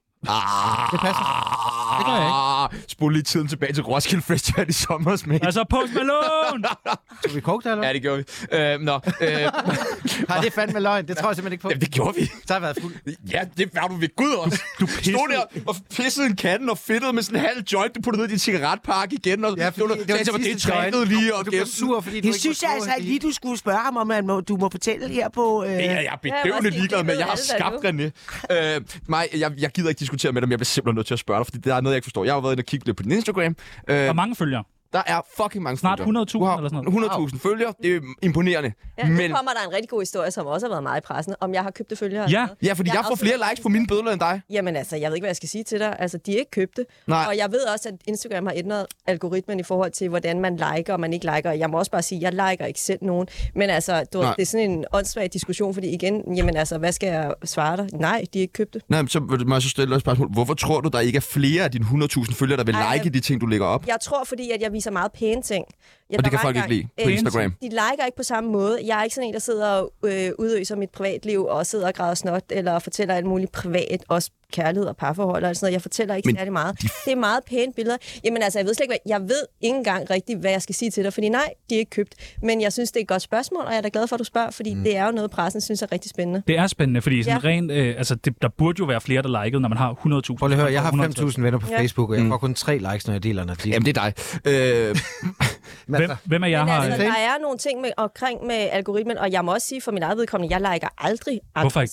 Ah, Det passer. Det gør jeg ikke. Spol lige tiden tilbage til Roskilde Festival i sommer, med. Altså, Post Malone! Skal vi koge det, eller? Ja, det gjorde vi. Øh, nå, øh, Nej, det er fandme løgn. Det tror jeg simpelthen ikke på. jamen, det gjorde vi. Så har jeg været fuld. Ja, det var du ved Gud også. Du stod der og pissede en katten og fedtede med sådan en halv joint. Du puttede ned i din cigaretpakke igen. Og Ja, fordi det var, det var det, de det sidste trænet joint. lige og Du bliver gennem. sur, fordi du Det ikke synes må jeg tro, altså at lige, du skulle spørge ham, om han må, du må fortælle her på... Øh... Ja, jeg er Ja, bedøvende også, ligeglad det med. ved Jeg har alle, skabt René. Øh, mig, jeg, jeg gider ikke diskutere med dem. Jeg bliver simpelthen nødt til at spørge dig, fordi det er noget, jeg ikke forstår. Jeg har været inde og kigge lidt på din Instagram. Øh, Hvor mange følgere? der er fucking mange Snart følgere. hundrede tusind Du har eller sådan noget. hundrede tusind følgere. Det er imponerende. Ja, nu Men kommer der en rigtig god historie, som også har været meget i pressen, om jeg har købt det følgere. Ja. ja, fordi jeg, Jeg jeg får også- flere likes på mine billeder end dig. Jamen altså, jeg ved ikke, hvad jeg skal sige til dig. Altså, de er ikke købt det. Nej. Og jeg ved også, at Instagram har ændret algoritmen i forhold til, hvordan man liker og man ikke liker. Jeg må også bare sige, at jeg liker ikke selv nogen. Men altså, du, Nej. det er sådan en åndssvag diskussion, fordi igen, jamen altså, hvad skal jeg svare dig? Nej, de er ikke købt det. Nej, men så må jeg så stille dig et spørgsmål. Hvorfor tror du, der ikke er flere af dine hundrede tusind følgere, der vil Ej, like de ting, du lægger op? Jeg tror, fordi at jeg viser meget pæne ting. Ja, Og det der kan var folk engang- ikke lide på Øh, Instagram. De liker ikke på samme måde. Jeg er ikke sådan en, der sidder og øh, udøser mit privatliv og sidder og græder snot, eller fortæller alt muligt privat, også kærlighed og parforhold og sådan noget. Jeg fortæller ikke Men særlig meget. De... Det er meget pæne billeder. Jamen altså, jeg ved slet ikke, hvad... jeg ved ikke engang rigtigt, hvad jeg skal sige til dig, fordi nej, de er ikke købt. Men jeg synes, det er et godt spørgsmål, og jeg er da glad for, at du spørger, fordi mm. det er jo noget, pressen synes er rigtig spændende. Det er spændende, fordi sådan Ja. rent, øh, altså, det, der burde jo være flere, der likede, når man har hundrede tusind. Prøv lige at høre, jeg har hundrede fem tusind venner på Ja. Facebook, og jeg får kun tre likes, når jeg deler en artikel. Jamen, det er dig. Øh, Men Hvem, altså, hvem af jer Men har... altså, Fame. der er nogle ting med, omkring med algoritmen, og jeg må også sige for min eget vedkommende, jeg liker aldrig andre. Hvorfor ikke det?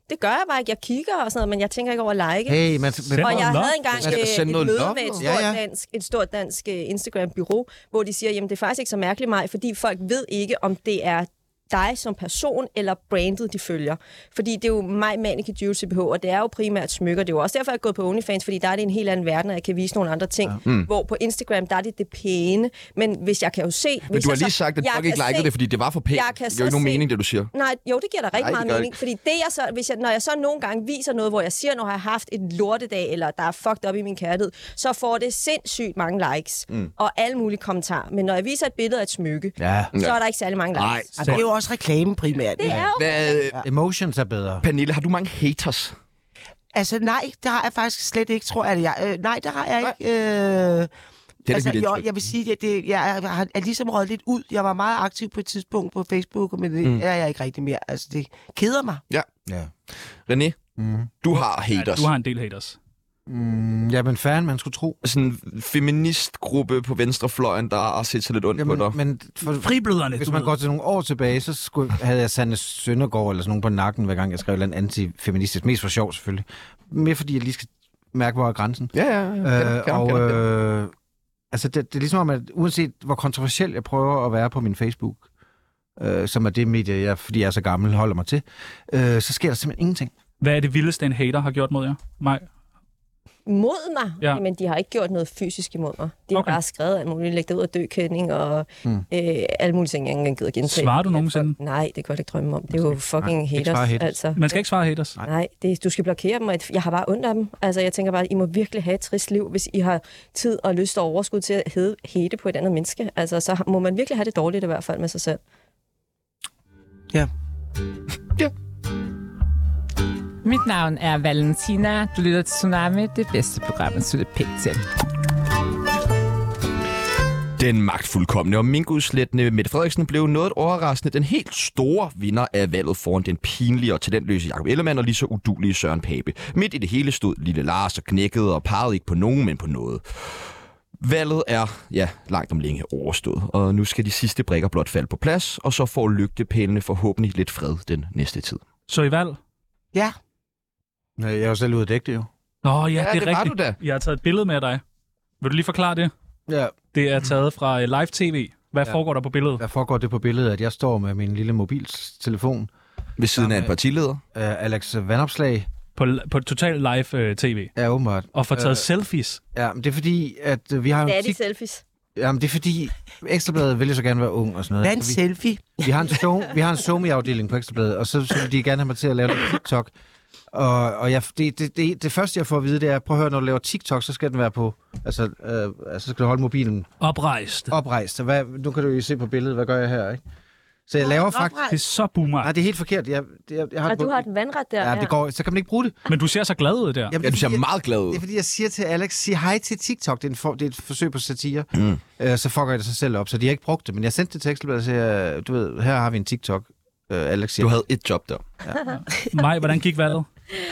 Det gør jeg bare ikke. Jeg kigger og sådan noget, men jeg tænker ikke over at like. Hey, man, Send Og noget jeg love. havde engang Man skal øh, sende et noget møde love, med et jo. stort, Ja, ja. dansk, et stort dansk øh, Instagram-bureau, hvor de siger, jamen det er faktisk ikke så mærkeligt mig, fordi folk ved ikke, om det er dig som person eller brandet, de følger. Fordi det er jo mig, Manike Juicy B H, og det er jo primært smykker. Det er jo også derfor, jeg er gået på OnlyFans, fordi der er det en helt anden verden, og jeg kan vise nogle andre ting. Ja. Mm. Hvor på Instagram, der er det det pæne. Men hvis jeg kan jo se... Men hvis du har jeg lige så, sagt, at jeg folk ikke kan likede se- det, fordi det var for pænt. Jeg kan Det er så jo ikke nogen se- mening, det du siger. Nej, jo, det giver da rigtig Nej, det meget gør mening. Fordi det, jeg så, hvis jeg, når jeg så nogle gange viser noget, hvor jeg siger, når jeg har haft en lortedag, eller der er fucked op i min kærlighed, så får det sindssygt mange likes mm. og alle mulige kommentarer. Men når jeg viser et billede af et smykke, Ja. så er der ikke særlig mange likes. Nej. Og det er jo også reklame primært. Det er jo... Hvad, Emotions er bedre. Pernille, har du mange haters? Altså nej, det har jeg faktisk slet ikke, tror jeg. jeg øh, nej, det har jeg ikke. Øh, Det er altså, da mit jeg, indtryk. jeg vil sige, at det, jeg har- er ligesom røget lidt ud. Jeg var meget aktiv på et tidspunkt på Facebook, men det mm. er jeg ikke rigtig mere. Altså, det keder mig. Ja. Ja. René, Mm. du har Ja, haters. du har en del haters. Mm, ja, men fan, man skulle tro. Sådan en feministgruppe på venstrefløjen, der har set sig lidt ondt på dig. Jamen, men for, Fribløderne, hvis du man ved. går til nogle år tilbage, så skulle, havde jeg Sanne Søndergaard eller sådan nogen på nakken, hver gang jeg skrev et eller andet antifeministisk. Mest for sjov, selvfølgelig. Mere fordi jeg lige skal mærke, hvor er grænsen. Ja, ja, ja. Kender, Øh, kender, og kender. øh, altså, det, det er ligesom om, at uanset hvor kontroversiel jeg prøver at være på min Facebook, øh, som er det medie, jeg, fordi jeg er så gammel, holder mig til, øh, så sker der simpelthen ingenting. Hvad er det vildeste, en hater har gjort mod jer? Mig? Mod mig? Ja. Ja. Men de har ikke gjort noget fysisk imod mig. De har Okay. bare skrevet alt muligt, lægget ud af dødkending og mm. øh, alle mulige ting, jeg ikke engang gider gentage. Svarer du Ja, nogensinde? folk- Nej, det kan jeg ikke drømme om. Det er jo fucking Nej, ikke haters. svare haters. Altså. Man skal ikke svare haters. Nej, det, du skal blokere dem, og et- jeg har bare ondt af dem. Altså, jeg tænker bare, I må virkelig have et trist liv, hvis I har tid og lyst og overskud til at hede, hate på et andet menneske. Altså, så må man virkelig have det dårligt i hvert fald med sig selv. Ja. Mit navn er Valentina. Du lytter til Tsunami, det bedste program, at slutte pænt til. Den magtfuldkomne og minkudslættende Mette Frederiksen blev noget overraskende den helt store vinder af valget foran den pinlige og talentløse Jakob Ellemann og lige så udulige Søren Pape. Midt i det hele stod lille Lars og knækkede og pegede ikke på nogen, men på noget. Valget er, ja, langt om længe overstået, og nu skal de sidste brikker blot falde på plads, og så får lygtepælene forhåbentlig lidt fred den næste tid. Så i valg? Ja. Jeg er jo selv ude at dække det jo. Nå ja, Ja, det er det var rigtigt. du da. Jeg har taget et billede med dig. Vil du lige forklare det? Ja. Det er taget fra uh, live tv. Hvad Ja. foregår der på billedet? Der foregår det på billedet, at jeg står med min lille mobiltelefon, Ved siden af en partileder. uh, Alex Vandopslag, På, på total live uh, tv. er åbenbart. Og får taget Øh, selfies. Ja, men det er fordi, at øh, vi har jo en Daddy tik- selfies. Jamen, det er fordi, Ekstrabladet vil jo så gerne være ung og sådan noget. Hvad er en Så vi, selfie? vi har en, show, vi har en somi-afdeling på Ekstrabladet, og så, så vil de gerne have mig til at lave noget TikTok. Og, og jeg, det, det, det, det første, jeg får at vide, det er, prøv at høre, når du laver TikTok, så skal den være på, altså, øh, altså så skal du holde mobilen Oprejst. oprejst. Så hvad, nu kan du jo se på billedet, hvad gør jeg her, ikke? Så jeg laver faktisk... Det er så boomer. Nej, det er helt forkert. Jeg, jeg, jeg har Og du har den vandret der. Ja, det går, så kan man ikke bruge det. Men du ser så glad ud der. Jamen, Ja, du ser fordi, meget glad ud. Det er fordi, jeg siger til Alex, sig hej til TikTok. Det er, en for, det er et forsøg på satire. Mm. Øh, så fucker jeg det sig selv op. Så de har ikke brugt det. Men jeg sendte det til Ekstrabladet og siger, du ved, her har vi en TikTok. Øh, Alex siger, Du havde et job der. Maj, hvordan gik valget?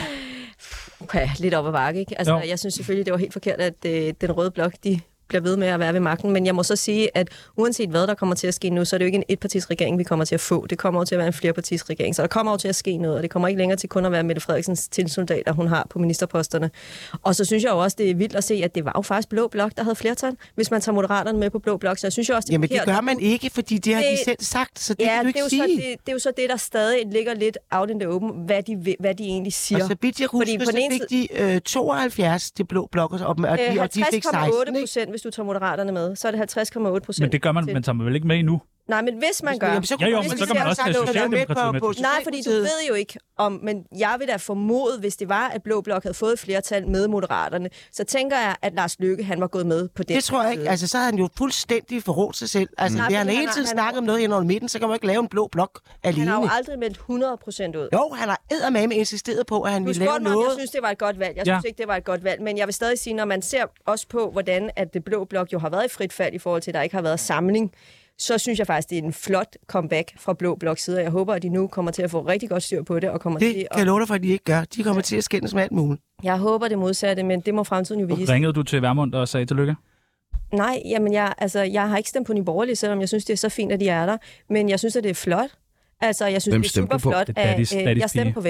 Okay, lidt op ad bakke, ikke? Altså, Jo. jeg synes selvfølgelig, det var helt forkert, at øh, den røde blok, de bliver ved med at være ved magten. Men jeg må så sige, at uanset hvad der kommer til at ske nu, så er det jo ikke en etpartis regering, vi kommer til at få. Det kommer jo til at være en flerpartis regering. Så der kommer jo til at ske noget, og det kommer ikke længere til kun at være Mette Frederiksens tilsoldater, hun har på ministerposterne. Og så synes jeg jo også, det er vildt at se, at det var jo faktisk Blå Blok, der havde flertal, hvis man tager Moderaterne med på Blå Blok. Så jeg synes jo også, det er Jamen, det forkert. gør man ikke, fordi det har Det- de selv sagt, så det Ja, kan du det ikke er, jo sige. så, det, det er jo så det, der stadig ligger lidt out in the open, hvad de, vil- hvad de egentlig siger. Og så vidt jeg Fordi husker, på så den ene fik de øh, tooghalvfjerds til blå blokker, og, og, de, Øh, og de halvtreds fik komma seksten. otte ikke? procent, hvis du tager Moderaterne med. Så er det halvtreds komma otte procent. Men det gør man, man tager man vel ikke med endnu? Nej, men hvis man gør... Jamen, så Ja, kunne jo, man men lige så kan man have også sagt, tage at du var med Socialdemokratiet på- med. på Nej, fordi du Socialdemokratiet. ved jo ikke om... Men jeg vil da formode, hvis det var, at Blå Blok havde fået et flertal med Moderaterne, så tænker jeg, at Lars Løkke, han var gået med på det. Det tror jeg ikke. Altså, så havde han jo fuldstændig forrådt sig selv. Altså, Mm. det han Nej, hele han tiden har- snakket om noget hen over midten, så kan man ikke lave en blå blok Han alene. har jo aldrig meldt hundrede procent ud. Jo, han har eddermame insisteret på, at han Du ville lave spurgte mig, om noget. jeg synes, det var et godt valg. Jeg Ja. synes ikke, det var et godt valg. Men jeg vil stadig sige, når man ser også på, hvordan at det Blå Blok jo har været i frit fald i forhold til, at der ikke har været samling, så synes jeg faktisk, det er en flot comeback fra Blå Bloks side. Jeg håber, at de nu kommer til at få rigtig godt styr på det. Og kommer Det til kan at... jeg love dig for, at de ikke gør. De kommer til at skændes med alt muligt. Jeg håber det modsatte, men det må fremtiden jo vise. Ringede du til Vermund og sagde tillykke? Nej, jamen jeg, altså, jeg har ikke stemt på Nye Borgerlige, selvom jeg synes, det er så fint, at de er der. Men jeg synes, at det er flot. Altså, jeg synes, Hvem det er stemte super du på? flot. Det er Daddy's- at, øh, Daddy's jeg stemte pige. på Venstre.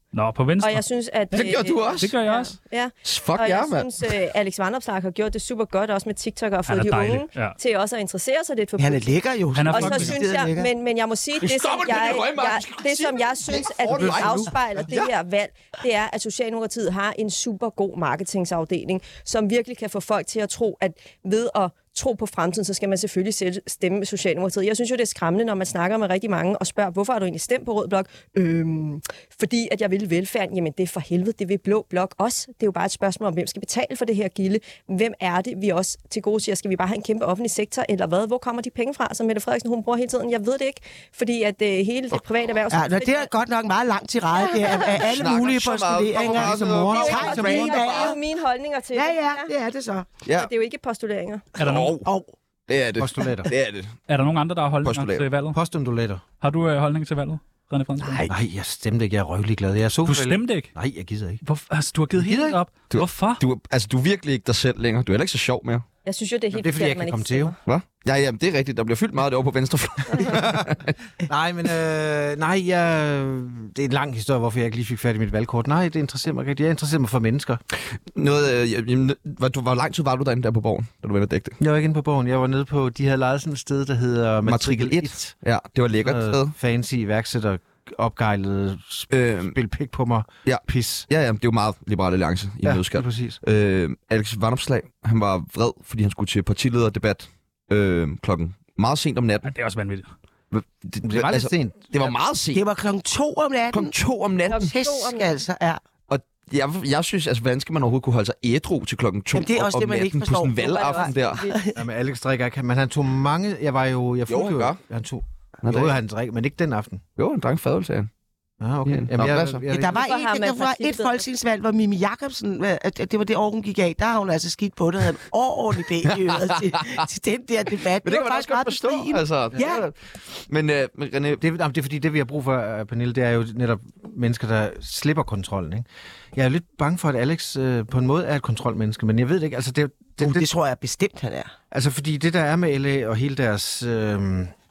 Nå, på venstre. Og jeg synes, at... Det gjorde du øh, også. Det gør jeg også. Ja. Fuck Og ja, jeg mand. synes, uh, Alex Vanopslagh har gjort det super godt, også med TikTok, og fået Han er de dejlig, unge ja. til også at interessere sig lidt for Han er politik. lækker jo. Han er Og så fucking synes jeg, men, men jeg må sige, det som stopper den jeg, her røgmark. jeg, Du skal det, sige- som jeg synes, at får det du ej nu. afspejler det her valg, det er, at Socialdemokratiet har en super god marketingsafdeling, som virkelig kan få folk til at tro, at ved at tro på fremtiden, så skal man selvfølgelig selv stemme med Socialdemokratiet. Jeg synes jo, det er skræmmende, når man snakker med rigtig mange og spørger, hvorfor har du egentlig stemt på Rød Blok? Øhm, fordi at jeg vil velfærden. Jamen, det er for helvede, det vil Blå Blok også. Det er jo bare et spørgsmål om, hvem skal betale for det her gilde? Hvem er det, vi også til gode siger? Skal vi bare have en kæmpe offentlig sektor, eller hvad? Hvor kommer de penge fra, som Mette Frederiksen hun bruger hele tiden? Jeg ved det ikke, fordi at uh, hele det private erhverv... Ja, nå, det er godt nok meget langt til rette. Det er af alle Snakker mulige så meget. postuleringer. Kommer Ligesom bare mor. ned og- Tak Det som er jo- en det dag. er jo mine holdninger til Ja, det. ja, det er det så. Ja, Det er jo ikke postuleringer. Er der, nogen, oh, Og det er det. Postulater. Det er det. er der nogen andre, der har holdninger Postulater. til valget? Postundulater. Har du øh, holdning til valget, René Fredensborg? Nej. Nej, jeg stemte ikke. Jeg er røvlig glad. Jeg er så Du stemte ikke? Nej, jeg gider ikke. Hvor, altså, du har givet Jeg gider helt ikke. op. Du- Hvorfor? Du, er- altså, du er virkelig ikke dig selv længere. Du er heller ikke så sjov mere. Jeg synes jo, det er helt Det er fordi, jeg forkert, kan man komme ikke til jo. stemmer. Hvad? Ja, jamen, det er rigtigt. Der bliver fyldt meget derovre på venstrefløjen. Nej, men øh, nej, jeg, det er en lang historie, hvorfor jeg ikke lige fik fat i mit valgkort. Nej, det interesserer mig ikke. Jeg interesserer mig for mennesker. Noget, øh, jamen, hvor, du, hvor lang tid var du derinde der på borgen, da du var inde og dække det? Jeg var ikke inde på borgen. Jeg var nede på, de havde lejet sådan et sted, der hedder Matrikel et. Ja, det var lækkert sted. Noget fancy iværksætter opgejlede Øh, spil pik på mig. Ja. Pis. ja, ja, det er jo meget Liberal Alliance i Ja, ja, det nødskal. er præcis. Øh, Alex Vanopslagh, han var vred, fordi han skulle til partilederdebat øh, klokken meget sent om Ja, natten. det er også vanvittigt. Det, Det var lidt sent. Det var meget sent. det var klokken to om natten. Klokken to om natten. Klokken Fisk, to om natten. altså, ja. Og jeg, jeg synes, altså, hvordan skal man overhovedet kunne holde sig ædru til klokken to Jamen, det er også om det, man ikke natten på forstår. sådan en valgaften der? Jamen, Alex drikker ikke, men han tog mange... Jeg var jo... Jeg Jo, fulgte han gør. Han tog... Nå, det Jo, er- han drikker, men ikke den aften. Jo, en drank fadøl, sagde han. Ah, okay. Ja. Jamen, Nå, jeg, hvad så? jeg, Ja, der var, Hvorfor har et, man der var et partileder? folketingsvalg, hvor Mimi Jakobsen, at, at det var det år, hun gik af. Der har hun altså skidt på det, og havde en ordentlig ben i øret til, til den der debat. Men det kan man også godt forstå, altså. Ja. Men, øh, men René, det, jamen, det er fordi, det vi har brug for, uh, Pernille, det er jo netop mennesker, der slipper kontrollen. Ikke? Jeg er lidt bange for, at Alex uh, på en måde er et kontrolmenneske, men jeg ved det ikke. Altså, det, det, Uh, det, det tror jeg bestemt, han er. altså fordi det, der er med L A og hele deres øh,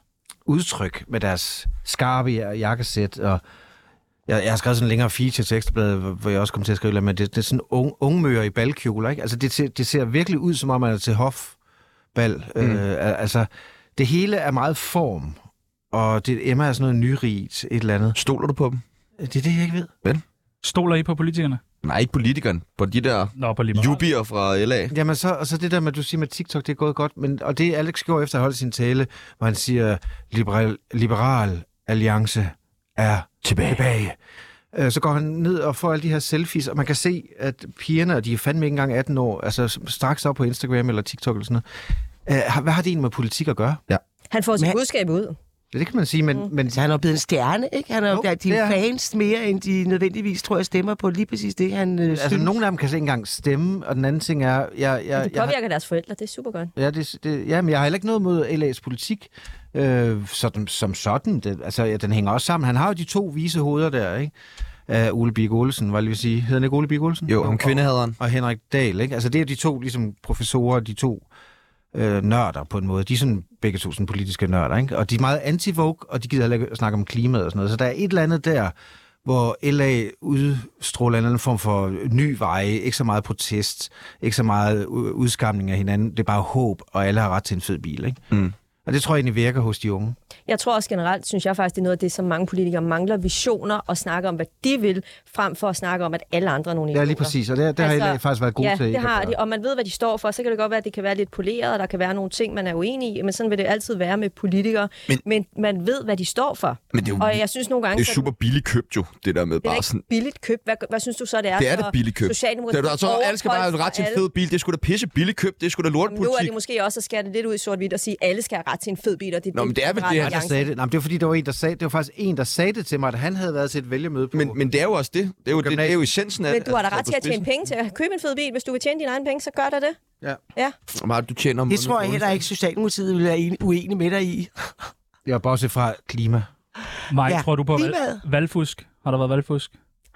udtryk med deres skarpe jakkesæt, og jeg, jeg har skrevet sådan en længere feature til Ekstrabladet, hvor hvor jeg også kom til at skrive, men det, det er sådan unge, ungmøer i balkjoler, ikke? Altså, det ser, det ser virkelig ud, som om man er til hofbal. Mm. Øh, altså, det hele er meget form, og det Emma er sådan noget nyrigt, et eller andet. stoler du på dem? Det er det, jeg ikke ved. Stoler I på politikerne? Nej, ikke politikeren. På de der Nå, på liberal. jubier fra L A. Jamen, så, og så det der med, at du siger med TikTok, det er gået godt, men, og det Alex gjorde efter at holde sin tale, hvor han siger, liberal, liberal alliance er tilbage. tilbage. Øh, Så går han ned og får alle de her selfies, og man kan se, at pigerne, og de er fandme ikke engang atten år, altså straks op på Instagram eller TikTok eller sådan noget. Øh, har- Hvad har det egentlig med politik at gøre? Han får sit Men- budskab ud. Ja, det kan man sige, men, mm. men Så han er jo blevet en stjerne, ikke? Han er jo, Jo, der, de det er han. fans mere, end de nødvendigvis, tror jeg, stemmer på lige præcis det, han øh, altså, synes. nogle af dem kan ikke engang stemme, og den anden ting er... Jeg, jeg, Det jeg, har- påvirker deres forældre, det er super godt. Ja, det, det, ja, men jeg har heller ikke noget mod L A's politik øh, sådan, som sådan. Det, altså, ja, den hænger også sammen. Han har jo de to vise hoveder der, ikke? Uh, Ole Birk Olesen, var jeg lige vil sige. Hedder han ikke Ole Birk Olesen? Jo, ham og, kvindehaderen. og Henrik Dahl, ikke? Altså, det er de to ligesom, professorer, de to øh, nørder på en måde. De er sådan begge to sådan politiske nørder, ikke? Og de er meget anti-vogue, og de gider heller ikke snakke om klimaet og sådan noget. Så der er et eller andet der, hvor L A udstråler en eller anden form for ny veje, ikke så meget protest, ikke så meget u- udskamning af hinanden, det er bare håb, og alle har ret til en fed bil, ikke? Mm. Og det tror jeg egentlig virker hos de unge. Jeg tror også generelt, synes jeg faktisk, det er noget af det, som mange politikere mangler, visioner og snakke om, hvad de vil, frem for at snakke om, at alle andre er nogle Ja, lige idioter. præcis, og det, det altså, har jeg faktisk været god ja, til. det ikke at har gøre. de, og man ved, hvad de står for. Så kan det godt være, at det kan være lidt poleret, og der kan være nogle ting, man er uenig i, men sådan vil det altid være med politikere. Men- Men, men man ved, hvad de står for. Men det er jo Og jeg synes nogle gange, det er super billigt købt jo, det der med det er bare ikke sådan... billigt køb. Hvad, hvad synes du så, det er? Det er det for billigt købt. Socialdemokratiet Det er, så alle skal bare have ret til en fed bil. Det er sgu da pisse billigt købt. Det er sgu da Jamen, nu er lortpolitik. det måske også at skære det lidt ud i sort-hvidt og sige, at alle skal have ret til en fed bil. Og det, Nå, men det er vel Liberal det, Der Alliance. sagde det. Nej, men det var fordi, der var en, der sagde, det var faktisk en, der sagde det til mig, at han havde været til et vælgermøde på... Men, men det er jo også det. Det er jo, det, det er jo essensen af Men du har da altså, ret til at tjene penge til at købe en fed bil. Hvis du vil tjene dine egne penge, så gør der det. Ja. Ja. Hvor meget du tjener om Det tror jeg heller ikke, Socialdemokratiet vil være en- uenig med dig i. Jeg er bortset fra klima. Mike, Ja, tror du på valg, klimaet. valgfusk? Har der været valgfusk?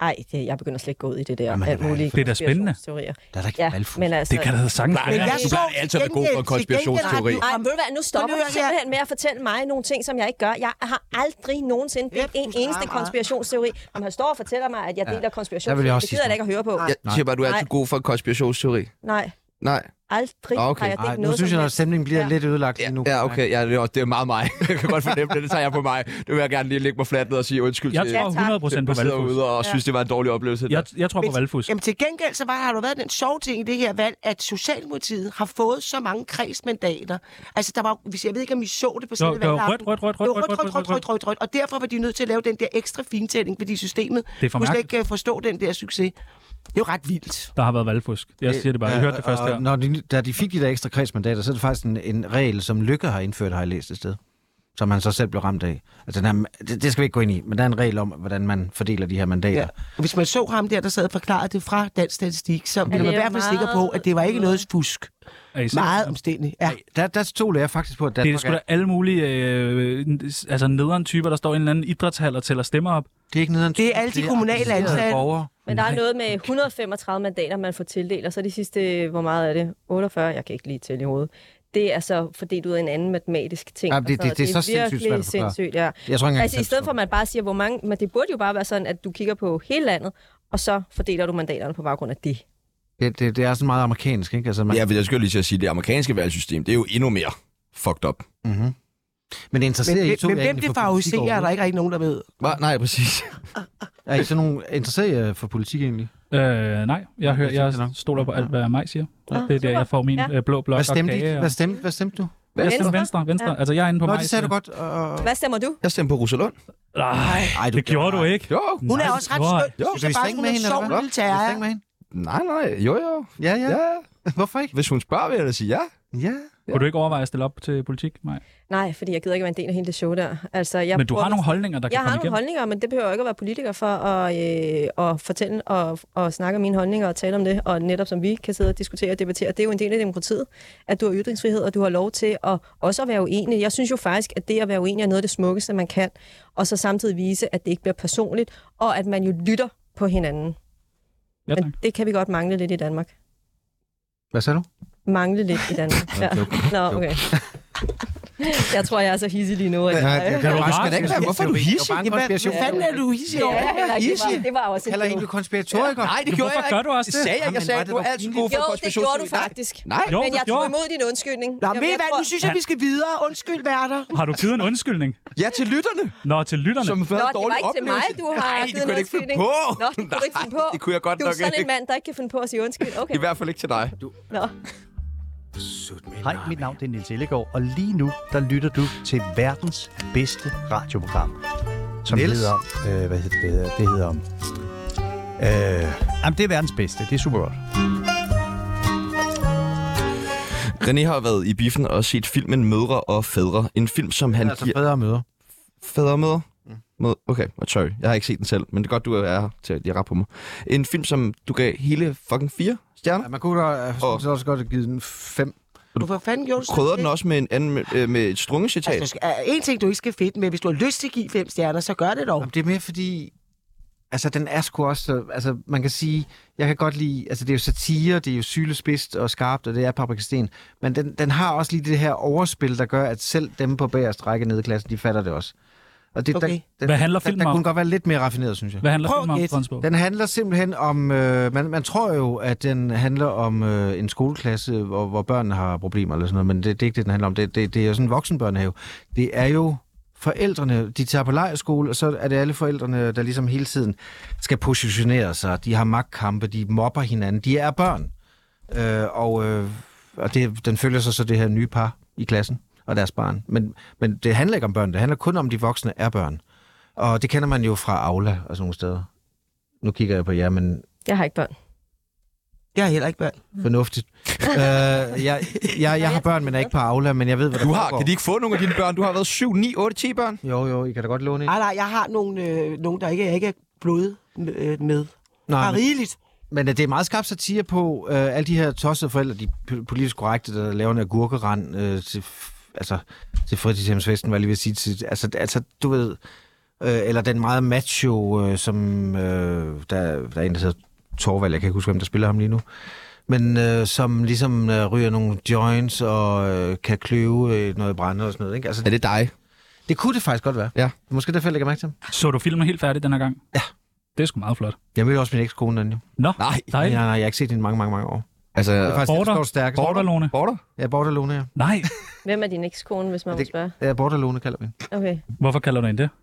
Ej, det, jeg begynder slet ikke gå ud i det der. Jamen, alt mulige det er da spændende. konspirationsteorier. Der er da ikke Ja, valgfusk. men altså... Det kan da sagtens Nej, være. Men jeg du så plejer altid at være god for en til gengæld- konspirationsteori. til gengæld Ej, ved du hvad, nu stopper Prøv du lige at høre simpelthen med at fortælle mig nogle ting, som jeg ikke gør. Jeg har aldrig nogensinde Ja, delt en du eneste snakker. konspirationsteori. Om han står og fortæller mig, at jeg deler Der vil jeg konspirationsteori, også det gider jeg da ikke at høre på. Jeg siger bare, du er altid Nej. god for en konspirationsteori. Nej, Nej. aldrig Okay. har jeg Nej, delt nu noget synes som jeg, at helst. stemningen bliver Ja. lidt ødelagt lige nu. Ja, okay. Ja, det, er, det er meget mig. Jeg kan godt fornemme det. Det tager jeg på mig. Det vil jeg gerne lige lægge mig fladt ned og sige undskyld Jeg til. tror hundrede procent på Jeg sidder valgfusk. ude og synes, det var en dårlig oplevelse. Jeg, jeg tror på Men- valgfusk. Jamen til gengæld så var, har der været den sjove ting i det her valg, at Socialdemokratiet har fået så mange kredsmandater. Altså der var, hvis jeg ved ikke, om I så det på Det selve var- det var valgaften. rødt, rødt, rødt, Det var rødt, rødt, rødt, rødt, rødt, rødt, rødt. Og derfor var de nødt til at lave den der ekstra fintælling, fordi systemet Det er for kunne slet mærkeligt. ikke øh, forstå den der succes. Det er jo ret vildt. Der har været valgfusk. Jeg siger det bare. Jeg hørte det først og her. Når de, da de fik de der ekstra kredsmandater, så er det faktisk en, en regel, som Lykke har indført, har jeg læst et sted. Som han så selv blev ramt af. Altså, den her, det, det skal vi ikke gå ind i, men der er en regel om, hvordan man fordeler de her mandater. Ja. Og hvis man så ham der, der sad og forklarede det fra Dansk Statistik, så blev det man i er hvert fald meget- sikker på, at det var ikke noget fusk. Er I sikre? Meget omstændigt. Ja. Der, der stoler jeg faktisk på, at Det er Danmark sgu da alle mulige øh, altså nederen typer, der står i en eller anden idrætshal og tæller stemmer op. det er ikke noget, Det er alle de kommunale aktiviserede ansatte. borgere. Men der er noget med et hundrede og femogtredive mandater, man får tildelt, og så de sidste, hvor meget er det? otteogfyrre? Jeg kan ikke lige tælle i hovedet. Det er så fordelt ud af en anden matematisk ting. Ja, det- og det- det er så sindssygt virkelig svært at forklare. sindssygt, ja. Jeg tror ikke engang, Altså i stedet for, at man bare siger, hvor mange... Men det burde jo bare være sådan, at du kigger på hele landet, og så fordeler du mandaterne på baggrund af det. det, det, det er sådan meget amerikansk, ikke? Altså, man, Ja, jeg skulle lige til at sige, at det amerikanske valgsystem, det er jo endnu mere fucked up. mm-hmm. Men det interesserer Men, I to men jer hvem egentlig det for politik favoriserer, er der overhovedet? ikke rigtig nogen, der ved. Hva? Nej, præcis. Er I sådan nogle interesserer jer for politik egentlig? Øh, nej, jeg, hører, det er jeg fint nok. stoler på alt, hvad Maj siger. Ja, Det er der, super. jeg får min Ja. øh, blå blok Hvad stemte, og I? kage. Hvad stemte, hvad stemte du? Jeg stemmer venstre, venstre. Ja. Altså, jeg er inde på Nå, Majs. det sagde du godt. Og... Hvad stemmer du? Jeg stemte på Rosalund. Nej, Ej, du det gjorde du ikke. Jo. Hun er Nej, også ret hvor- skøn. Jo, Synes Vil jeg I bare, sænge hun med er hende, sjov eller hvad? lille Vil I terror. sænge med hende? Nej, nej. Jo, jo. Ja, ja. Ja. Hvorfor ikke? Hvis hun spørger, vil jeg da sige ja. Ja. Kunne du ikke overveje at stille op til politik, Maj? Nej, fordi jeg gider ikke være en del af hele det show der. Altså, jeg Men du bruger- har nogle holdninger, der kan Jeg har komme nogle igennem. holdninger, men det behøver jeg ikke at være politiker for at, øh, at fortælle og, og snakke om mine holdninger og tale om det. Og netop som vi kan sidde og diskutere og debattere, det er jo en del af demokratiet, at du har ytringsfrihed, og du har lov til at også at være uenig. Jeg synes jo faktisk, at det at være uenig er noget af det smukkeste, man kan. Og så samtidig vise, at det ikke bliver personligt, og at man jo lytter på hinanden. Ja, tak. Men det kan vi godt mangle lidt i Danmark. Hvad sagde du? Mangle lidt i Danmark. Ja. Nå, okay. Jeg tror, jeg er så hissig lige nu. At Ja, jeg, det kan du bare bare skal ikke være. Hvorfor er du hissig? Det var bare en Jamen, konspiration. hvad fanden er du hissig over? Ja, heller ikke. det, var, hissig. det var også Kalder en I joke. du konspiratoriker? Nej, det Men gjorde hvorfor jeg gør ikke. du også Det det? sagde jeg. Jeg Jamen, sagde, var at det du er var altid pinligt. god for Jo, det konspirationsteori. gjorde du faktisk. Nej. Jo, Men du jeg gjorde. tog imod din undskyldning. Nå, Jamen, ved I jeg hvad? tror- Nu synes jeg, vi skal videre. Undskyld, værter. Har du givet en undskyldning? Ja, til lytterne. Nå, til lytterne. Som Nå, havde det en dårlig var ikke til mig, oplevelse. du har Nej, det givet kunne en jeg ikke finde undskyldning. på. Nå, det kunne du ikke finde på. Det kunne jeg godt Du nok er sådan ikke. en mand, der ikke kan finde på at sige undskyld. Okay. I hvert fald ikke til dig. Nå. Hej, mit navn er Niels Ellegaard, og lige nu, der lytter du til verdens bedste radioprogram, som Niels? hedder, øh, hvad hedder det, det hedder, øh, jamen, det er verdens bedste, det er super godt. René har været i biffen og set filmen Mødre og Fædre. En film, som han Altså giver... bedre møder. Fædremødre? Mød... Okay, sorry. Jeg har ikke set den selv, men det er godt, du er her til at lige rappe på mig. En film, som du gav hele fucking fire stjerner. Ja, man kunne da øh, Og- så også godt have givet den fem. Hvorfor fanden gjorde du sådan Krydder det? den også med, en anden, øh, med et strungecitat? Altså, der skal- en ting, du ikke skal fedt med. Hvis du har lyst til at give fem stjerner, så gør det dog. Jamen, det er mere fordi... Altså, den er sgu også... så- Altså, man kan sige... Jeg kan godt lide... Altså, det er jo satire, det er jo sylespidst og skarpt, og det er paprikasten. Men den, den har også lige det her overspil, der gør, at selv dem på bagerste række nede i klassen, de fatter det også. Og det, Okay. der, den, Hvad handler der, filmen der, der om? kunne godt være lidt mere raffineret, synes jeg. Hvad handler Prøv filmen om, at gætte. Fronsborg? Den handler simpelthen om... Øh, man, man tror jo, at den handler om øh, en skoleklasse, hvor, hvor børnene har problemer eller sådan noget, men det, det er ikke det, den handler om. Det, det, det er jo sådan en voksenbørnehave. Det er jo forældrene, de tager på lejrskole, og så er det alle forældrene, der ligesom hele tiden skal positionere sig. De har magtkampe, de mobber hinanden. De er børn. Øh, og øh, og det, den følger så så det her nye par i klassen og deres barn. Men, men det handler ikke om børn, det handler kun om, de voksne er børn. Og det kender man jo fra Aula og sådan nogle steder. Nu kigger jeg på jer, men Jeg har ikke børn. Jeg har heller ikke børn. fornuftigt. øh, jeg, jeg, jeg har børn, men er ikke på Aula, men jeg ved, hvad der Du har, foregår. kan de ikke få nogle af dine børn? Du har været syv, ni, otte, ti børn. Jo, jo, I kan da godt låne en. Nej, nej, jeg har nogle, øh, nogle der ikke, jeg ikke er blod øh, med. Nej, Har men, rigeligt. men øh, det er meget skarpt satire på øh, alle de her tossede forældre, de p- politisk korrekte, der laver en agurkerand øh, til, f- altså, til fritidshjemsfesten, hvad jeg lige vil sige. Til, altså, altså, du ved... Øh, eller den meget macho, øh, som... Øh, der, der er en, der hedder Torvald, jeg kan ikke huske, hvem der spiller ham lige nu. Men øh, som ligesom øh, ryger nogle joints og øh, kan kløve øh, noget brænde og sådan noget. Ikke? Altså, Er det dig? det kunne det faktisk godt være. Ja. Måske derfor, jeg lægger mærke til ham. Så du filmen helt færdig den her gang? Ja. Det er sgu meget flot. Jeg mødte også min ekskone, den jo. Nå, Nej. Nej, dejligt. nej, jeg har ikke set hende i mange, mange, mange år. Altså, Det er faktisk Border. det, der står stærkest. Borderlone. Border? Ja, Borderlone, ja. Nej, Hvem er din ekskone, hvis man må Det- spørge? Ja, Borderlone kalder vi. Okay. hvorfor kalder du hende det?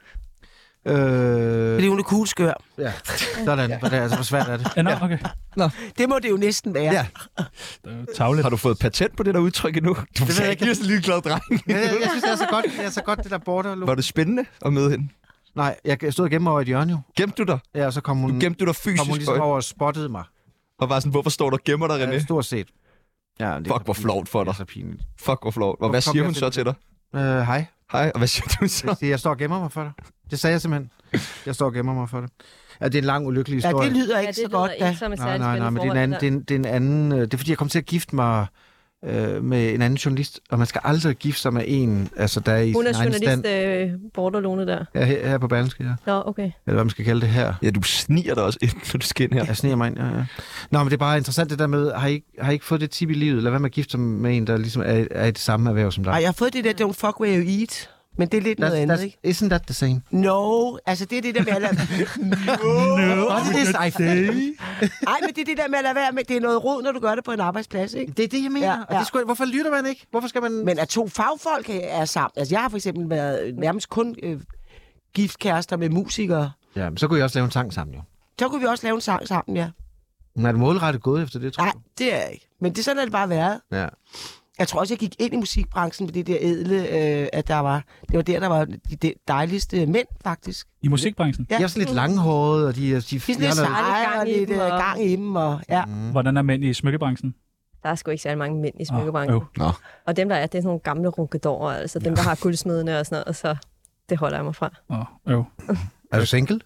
Øh, Fordi hun er kugleskør. ja, sådan. Hvad det er, altså, hvor svært er det? Ja, nå, okay. Det må det jo næsten være. Ja. Det er tavligt. Har du fået patent på det der udtryk endnu? Du ved jeg er ikke. ikke så lille glad dreng. Ja, jeg, jeg synes, det er så godt, det er så godt, det der Borderlone. Var det spændende at møde hende? Nej, jeg stod og gemte mig over et hjørne jo. Gemte du dig? Ja, og så kom hun, Du gemte du dig kom hun fysisk ligesom for over og spottede mig. og var sådan, hvorfor står du og gemmer dig, Ja, René? stort set. Ja, det er Fuck, hvor så flovt for pinligt. dig. Det er så pinligt. Fuck, hvor flot. Og hvad Hvorfor siger kom hun jeg så til til dig? Øh, hej. Hej, og hvad siger du så? Jeg siger, jeg står og gemmer mig for dig. Det sagde jeg simpelthen. Jeg står og gemmer mig for dig. Ja, det er en lang, ulykkelig Ja, historie. det lyder Ja, ikke det så lyder godt, da. ikke som et Nej, særligt nej, nej, spændende men det er en forhold, anden, det er en, det er en anden, øh, det er fordi, jeg kom til at gifte mig øh, med en anden journalist, og man skal aldrig gifte sig med en, altså der er i Hun er sin egen journalist, stand. øh, Borderlone der. Ja, her, her på Berlingske, ja. Nå, okay. Eller hvad man skal kalde det her. Ja, du sniger dig også ind, når du skal ind her. Jeg sniger mig ind, ja, ja. Nå, men det er bare interessant det der med, har I, ikke- har I ikke fået det tip i livet? Lad være med at gifte sig med en, der ligesom er, er i det samme erhverv som dig. Ej, jeg har fået det der, don't fuck where you eat. Men det er lidt noget That's, andet, that's, ikke? isn't that the same? No, altså det er det der med at lade... no, What did I say? Ej, men det er det der med at lade være med. Det er noget rod, når du gør det på en arbejdsplads, ikke? Det er det, jeg mener. Ja, Ja, ja. ja. Det skulle, hvorfor lytter man ikke? Hvorfor skal man... Men at to fagfolk er sammen... Altså, jeg har for eksempel været nærmest kun øh, gift kærester med musikere. Ja, men så kunne I også lave en sang sammen, jo. Så kunne vi også lave en sang sammen, ja. Men er du målrettet gået efter det, tror Nej, du? det er jeg ikke. Men det er sådan, at det bare været. Ja. Jeg tror også, jeg gik ind i musikbranchen med det der edle, øh, at der var... Det var der, der var de de dejligste mænd, faktisk. I musikbranchen? Ja. De er sådan lidt langhårede, og de, de, de, De er sådan de lidt har noget... seje gang og i lidt dem, øh, og- gang i dem, og ja. Mm. Hvordan er mænd i smykkebranchen? Der er sgu ikke særlig mange mænd i Åh, smykkebranchen. øv. Nå. Og dem, der er, det er sådan nogle gamle runkedorer, altså dem, der har guldsmedene og sådan noget, og så det holder jeg mig fra. Åh, øv. Er du single?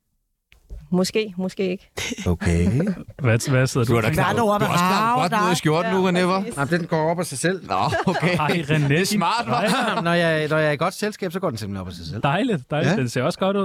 Måske, måske ikke. Okay. Hvad, hvad sidder du? Du er da Der er klar. noget Du har også klart godt noget i skjorten nu, René, hva'? præcis. Jamen, den går op af sig selv. Nå, okay. Ej, René. Det er smart, hva'? når, jeg, når jeg er i godt selskab, så går den simpelthen op af sig selv. Dejligt, dejligt. Ja. Den ser også godt ud.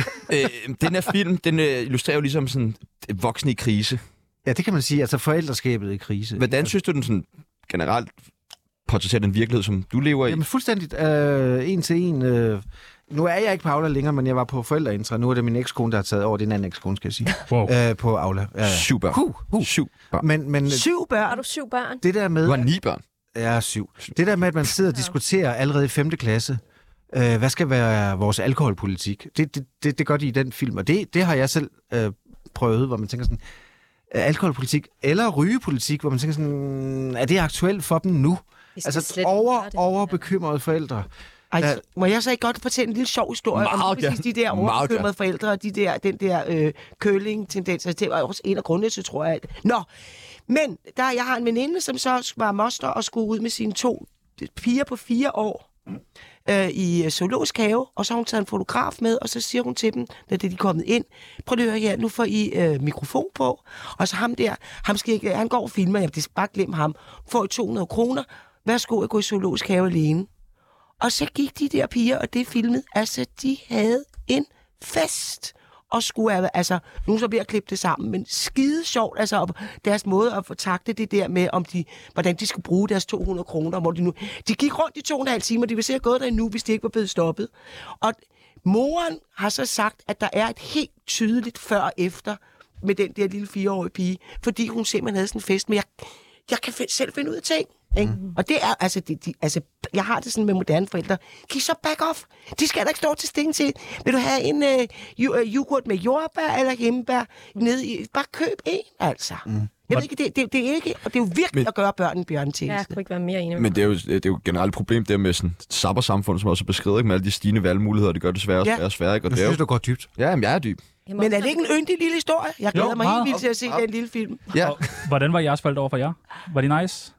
øh, den her film, den øh, illustrerer jo ligesom sådan voksne i krise. Ja, det kan man sige. Altså forældreskabet i krise. Hvordan synes du, den sådan generelt portrætterer den virkelighed, som du lever i? Jamen fuldstændigt øh, en til en. Øh. Nu er jeg ikke på Aula længere, men jeg var på forældreintra. Nu er det min ekskone, der har taget over. Det er en anden ekskone, skal jeg sige. Wow. Øh, på Aula. Ja, ja. Syv børn. Huh, huh. Syv børn. Men, men Syv Har børn. du syv børn? det der med... Du har ni børn. Ja, syv. Det der med, at man sidder og diskuterer allerede i femte klasse, øh, hvad skal være vores alkoholpolitik? Det, det, det, det gør de i den film, og det, det har jeg selv øh, prøvet, hvor man tænker sådan, øh, alkoholpolitik eller rygepolitik, hvor man tænker sådan, er det aktuelt for dem nu? Vi skal Altså slet ikke over, gøre det. over bekymrede forældre. Ej, Ja. så- må jeg så ikke godt fortælle en lille sjov historie om Meget lige præcis de der gerne. Meget overbekymrede forældre og de der, den der øh, køling-tendenser. Det var også en af grundene til, tror jeg. At... Nå, men der, jeg har en veninde, som så var moster og skulle ud med sine to piger på fire år øh, i zoologisk have, og så har hun taget en fotograf med, og så siger hun til dem, da de er kommet ind, prøv lige at høre her, nu får I øh, mikrofon på, og så ham der, ham skal ikke, han går og filmer, jeg skal bare glemme ham, får I to hundrede kroner, værsgo at gå i zoologisk have alene. Og så gik de der piger, og det filmede, altså de havde en fest. Og skulle have, altså, nogen så ved at klippe det sammen, men skide sjovt, altså og deres måde at få takte det der med, om de, hvordan de skulle bruge deres to hundrede kroner, hvor de nu, de gik rundt i to og en halv timer, de ville se at gået der endnu, hvis de ikke var blevet stoppet. Og moren har så sagt, at der er et helt tydeligt før og efter med den der lille fireårige pige, fordi hun simpelthen havde sådan en fest, men jeg, jeg kan f- selv finde ud af ting. Ikke? Mm. Og det er, altså, de, de, altså, jeg har det sådan med moderne forældre. Kan I så back off? De skal da ikke stå til sting til. Vil du have en uh, yoghurt med jordbær eller hindbær ned i? Bare køb en, altså. Mm. Jeg ved ikke, det, det, det er ikke, og det er jo virkelig Men- at gøre børn en Ja, jeg bjørnetjeneste. kunne ikke være mere enig med Men det er jo, det er jo et generelt problem der med sådan sabbersamfund, som også er beskrevet, ikke? Med alle de stigende valgmuligheder, det gør det sværere og Ja. sværere og sværere, ikke? Og Nu det er jo, synes du går dybt. ja, jamen, jeg er dyb. dig. Men er det ikke en yndig lille historie? Jeg glæder Jo, mig meget. helt vildt til at se den lille film. Ja. Og hvordan var jeres forældre over for jer? Var de nice?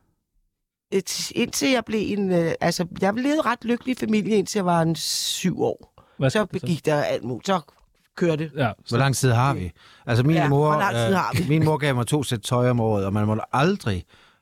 Et, indtil jeg blev en... Øh, altså, jeg levede ret lykkelig familie, indtil jeg var en syv år. Hvad Så begik der alt muligt. Så kørte det. Ja, Hvor lang tid har vi? Altså min Ja, mor, hvor lang tid har vi? øh, min mor gav mig to sæt tøj om året, og man måtte aldrig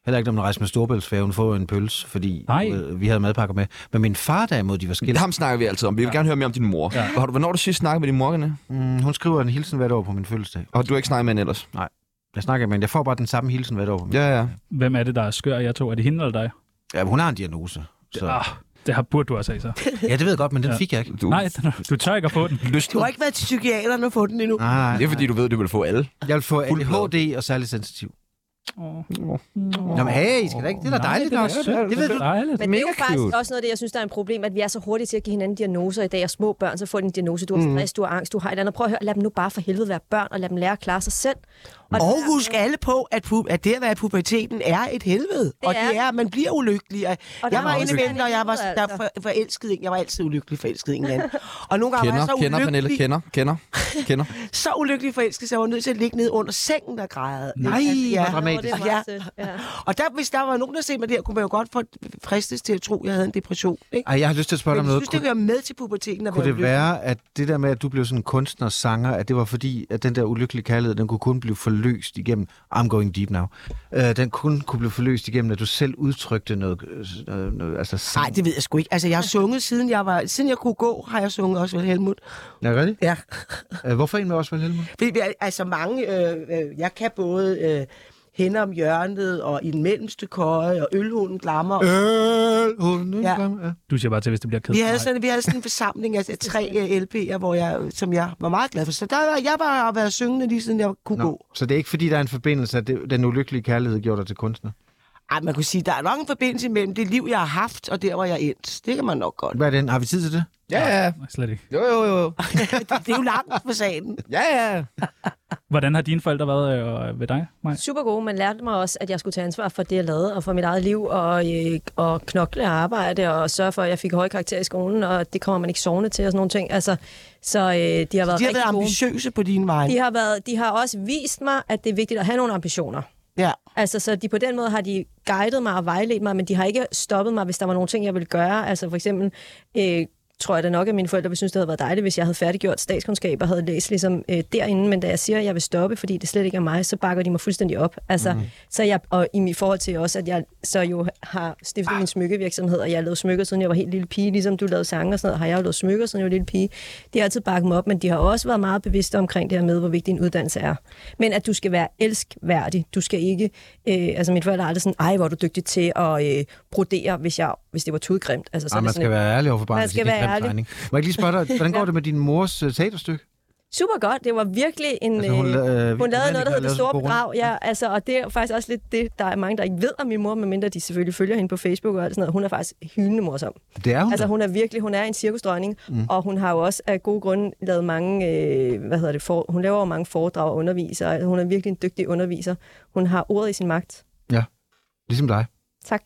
Heller ikke, når man rejser med Storebæltsfærgen, får en pølse, fordi Nej. øh, vi havde madpakker med. Men min far derimod, de var skilt. Ham snakker vi altid om. Vi vil ja. gerne høre mere om din mor. Ja. Har du, hvornår har du sidst snakket med din mor, René? Mm, hun skriver en hilsen hvert år på min fødselsdag. Og du har ikke snakket med hende ellers? Nej, jeg snakker med hende. Jeg får bare den samme hilsen hvert år på min. Ja, ja. Hvem er det, der er skør, jeg tog? Er det hende eller dig? Ja, hun har en diagnose. Så. Ah, det har burde du også have, så. Ja, det ved jeg godt, men den Ja. fik jeg ikke. Du, Nej, du tør ikke at få den. lyst. Du har ikke været til psykiateren og få den endnu. Nej, nej, Det er fordi, du ved, at du vil få alle. jeg vil få A Fuld D H D og særlig sensitiv. Oh. Nå, men hey, I skal da ikke. Det er da dejligt nok. Det ved du. Dejligt. Men det er jo Mega faktisk cute. også noget af det, jeg synes, der er en problem, at vi er så hurtige til at give hinanden diagnoser i dag. Og små børn, så får de en diagnose. Du har stress, du har angst, du har et eller andet. Prøv at høre, lad dem nu bare for helvede være børn, og lad dem lære at klare sig selv. Og, Og husk alle på, at, pu- at det at være i puberteten er et helvede. Det og er det er, at man bliver ulykkelig. Og Og jeg der var er inde også ved, når jeg var helvede, der altså. for, forelsket. Jeg var altid ulykkelig forelsket i en anden. Og nogle gange Kender, var jeg så kender, Pernille. ulykkelig, Kender, kender, kender. så ulykkelig forelsket, så jeg var nødt til at ligge ned under sengen og græde. Nej, ja. hvor dramatisk. Det er meget sødt. Ja. Og der, hvis der var nogen, der set mig der, kunne man jo godt få fristes til at tro, at jeg havde en depression. Ikke? Ej, jeg har lyst til at spørge dig Men om jeg noget. synes, det hører med til puberteten at Kunne være det ulykkelig. være, at det der med, at du blev sådan en kunstner, sanger, at det var fordi, at den der ulykkelige kærlighed, den kunne kun blive forløst igennem, I'm going deep now, uh, den kun kunne blive forløst igennem, at du selv udtrykte noget, noget, noget altså sang. Nej, det ved jeg sgu ikke. Altså, jeg har sunget, siden jeg var, siden jeg kunne gå, har jeg sunget også vel Helmut. Ja, rigtigt? Ja. Uh, hvorfor en med Osvald Helmut? Fordi, vi er- altså mange, øh, øh, jeg kan både øh, Hænder om hjørnet, og i den mellemste køje, og Ølhunden glammer. Øh, hunden, Ja. ja. Du siger bare til, hvis det bliver kedeligt. Vi havde sådan, vi havde sådan en forsamling af af tre øh, L P'er, hvor jeg, som jeg var meget glad for. Så der, var- jeg var har været syngende lige siden jeg kunne gå. Nå, så det er ikke fordi, der er en forbindelse, at det, den ulykkelige kærlighed gjorde dig til kunstner? Ej, man kunne sige, der er nok en forbindelse mellem det liv, jeg har haft, og der, hvor jeg endt. Det kan man nok godt. Hvad er den? Har vi tid til det? Ja, ja. Nej, slet ikke. Jo, jo, jo. det, det er jo langt på sagen. Ja, ja. Hvordan har dine forældre været øh, ved dig, Maj? Super gode. Man lærte mig også, at jeg skulle tage ansvar for det, jeg lavede, og for mit eget liv, og, øh, og knokle og arbejde, og sørge for, at jeg fik høje karakterer i skolen, og det kommer man ikke sovende til, og sådan nogle ting. Altså, så øh, de har været De har rigtig været gode. ambitiøse på dine vegne. De har, været, de har også vist mig, at det er vigtigt at have nogle ambitioner. Ja. Altså, så de på den måde har de guidet mig og vejledt mig, men de har ikke stoppet mig, hvis der var nogle ting, jeg ville gøre. Altså for eksempel, øh, tror jeg da nok, at mine forældre ville synes, det havde været dejligt, hvis jeg havde færdiggjort statskundskab og havde læst ligesom øh, derinde, men da jeg siger, at jeg vil stoppe, fordi det slet ikke er mig, så bakker de mig fuldstændig op. Altså, mm. så jeg, og i mit forhold til også, at jeg så jo har stiftet min smykkevirksomhed, og jeg har lavet smykker, siden jeg var helt lille pige, ligesom du lavede sange og sådan noget, har jeg jo lavet smykker, siden jeg var lille pige. De har altid bakket mig op, men de har også været meget bevidste omkring det her med, hvor vigtig en uddannelse er. Men at du skal være elskværdig. Du skal ikke, øh, altså mit forældre er aldrig sådan, ej, hvor er du dygtig til at øh, brodere, hvis, jeg, hvis det var tudgrimt. Altså, så Ej, er det man sådan skal et- være ærlig over for barnet. Man skal så det er være ikke grim ærlig. tegning. Må jeg ikke lige spørge dig, hvordan går det med din mors uh, teaterstykke? Super godt. Det var virkelig en... Altså, hun, Altså, øh, hun, hun lavede noget, der hedder Det Store corona. Bedrag. Ja, altså, og det er faktisk også lidt det, der er mange, der ikke ved om min mor, medmindre de selvfølgelig følger hende på Facebook og alt sådan noget. Hun er faktisk hyldende morsom. Det er hun. Altså, Altså, hun er virkelig, hun er en cirkusdronning, mm. og hun har jo også af gode grunde lavet mange, øh, hvad hedder det, for, hun laver jo mange foredrag og underviser. Altså, hun er virkelig en dygtig underviser. Hun har ordet i sin magt. ligesom dig. Tak.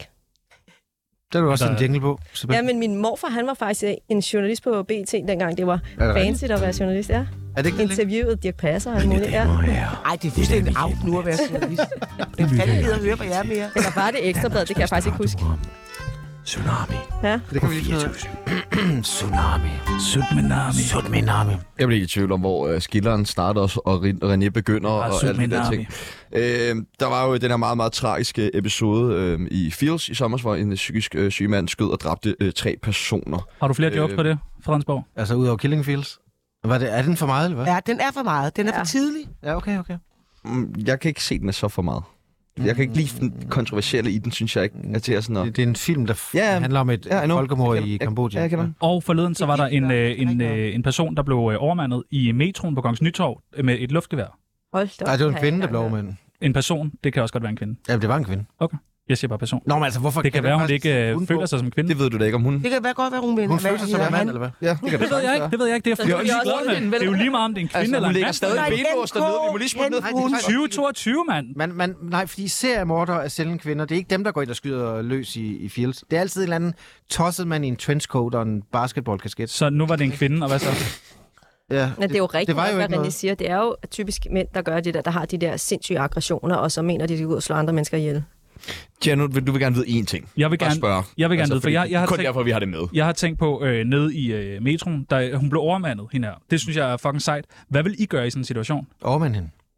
Der er du også Der- en jingle på. Ja, men min morfar, han var faktisk en journalist på B T dengang. Det var Er det fancy at være journalist, ja. Er det ikke det? Interviewet Dirch Passer og alt muligt, ja. Ej, det er fuldstændig out nu at være journalist. Jeg kan ikke lide at høre på jer mere. Eller var det Ekstrabladet, det kan jeg faktisk ikke huske. Tsunami. Ja. Det kan vi lige finde ud af. Tsunami. Sudmenami. Tsunami. Jeg bliver ikke i tvivl om, hvor øh, skilleren starter også, og Rin- René begynder, Ah, og alt det der Sudmenami. ting. Øh, der var jo den her meget, meget tragiske episode øh, i Fields i sommer, hvor en psykisk øh, syg mand skød og dræbte øh, tre personer. Har du flere jokes Øh, på det, Fredensborg? Altså, ud over Killing Fields. Var det, er den for meget, eller hvad? Ja, den er for meget. Den er Ja. for tidlig. Ja, okay, okay. Mm, Jeg kan ikke se, den er så for meget. Jeg kan ikke lide den kontroversielle i den, synes jeg ikke. At det er sådan noget. Det, det er en film, der f- Ja, ja. handler om et Ja, I know. folkemord Jeg i kender- Kambodja. Ja, jeg kender den. Og forleden så var der en, øh, en, øh, en person, der blev øh, overmandet i metroen på Kongens Nytorv øh, med et luftgevær. Hold da op. Nej, det var en Har jeg kvinde, ikke der blev engang overmandet. En person, det kan også godt være en kvinde. Ja, det var en kvinde. Jeg siger bare person. Nå, men altså, hvorfor... Det kan være, hun faktisk ikke øh, uden føler på? sig som en kvinde. Det ved du da ikke, om hun... Det kan være godt være, hun mener. Hun føler sig som en mand, han- eller hvad? Ja, det kan Det ved jeg ikke, det ved jeg ikke. Det er, Det det er er, også jo, det er jo lige meget, om det er en kvinde Altså, eller hun en ligger mand. stadig Nej, benlåst dernede. Vi må lige smutte ned. Hen- hun- tyve toogtyve, mand. Man, man, nej, fordi seriemorder er sjældent kvinder. Det er ikke dem, der går ind og skyder løs i, i Fields. Det er altid en eller anden tosset mand i en trenchcoat og en basketballkasket. Så nu var det en kvinde, og hvad så? Ja, Men det er jo rigtigt, det var jo hvad ikke René noget. siger. Det er jo typisk mænd, der gør det der, der har de der sindssyge aggressioner, og så mener de, at de går ud og slår andre mennesker ihjel. Janu, du vil gerne vide én ting. Jeg vil Bare gerne, spørge. jeg vil gerne Altså, vide, for fordi- jeg, jeg, har Kun tænkt, derfor, vi har det med. jeg har tænkt på øh, nede i øh, metroen, da hun blev overmandet, hende her. Det synes jeg er fucking sejt. Hvad vil I gøre i sådan en situation? Overmand hende.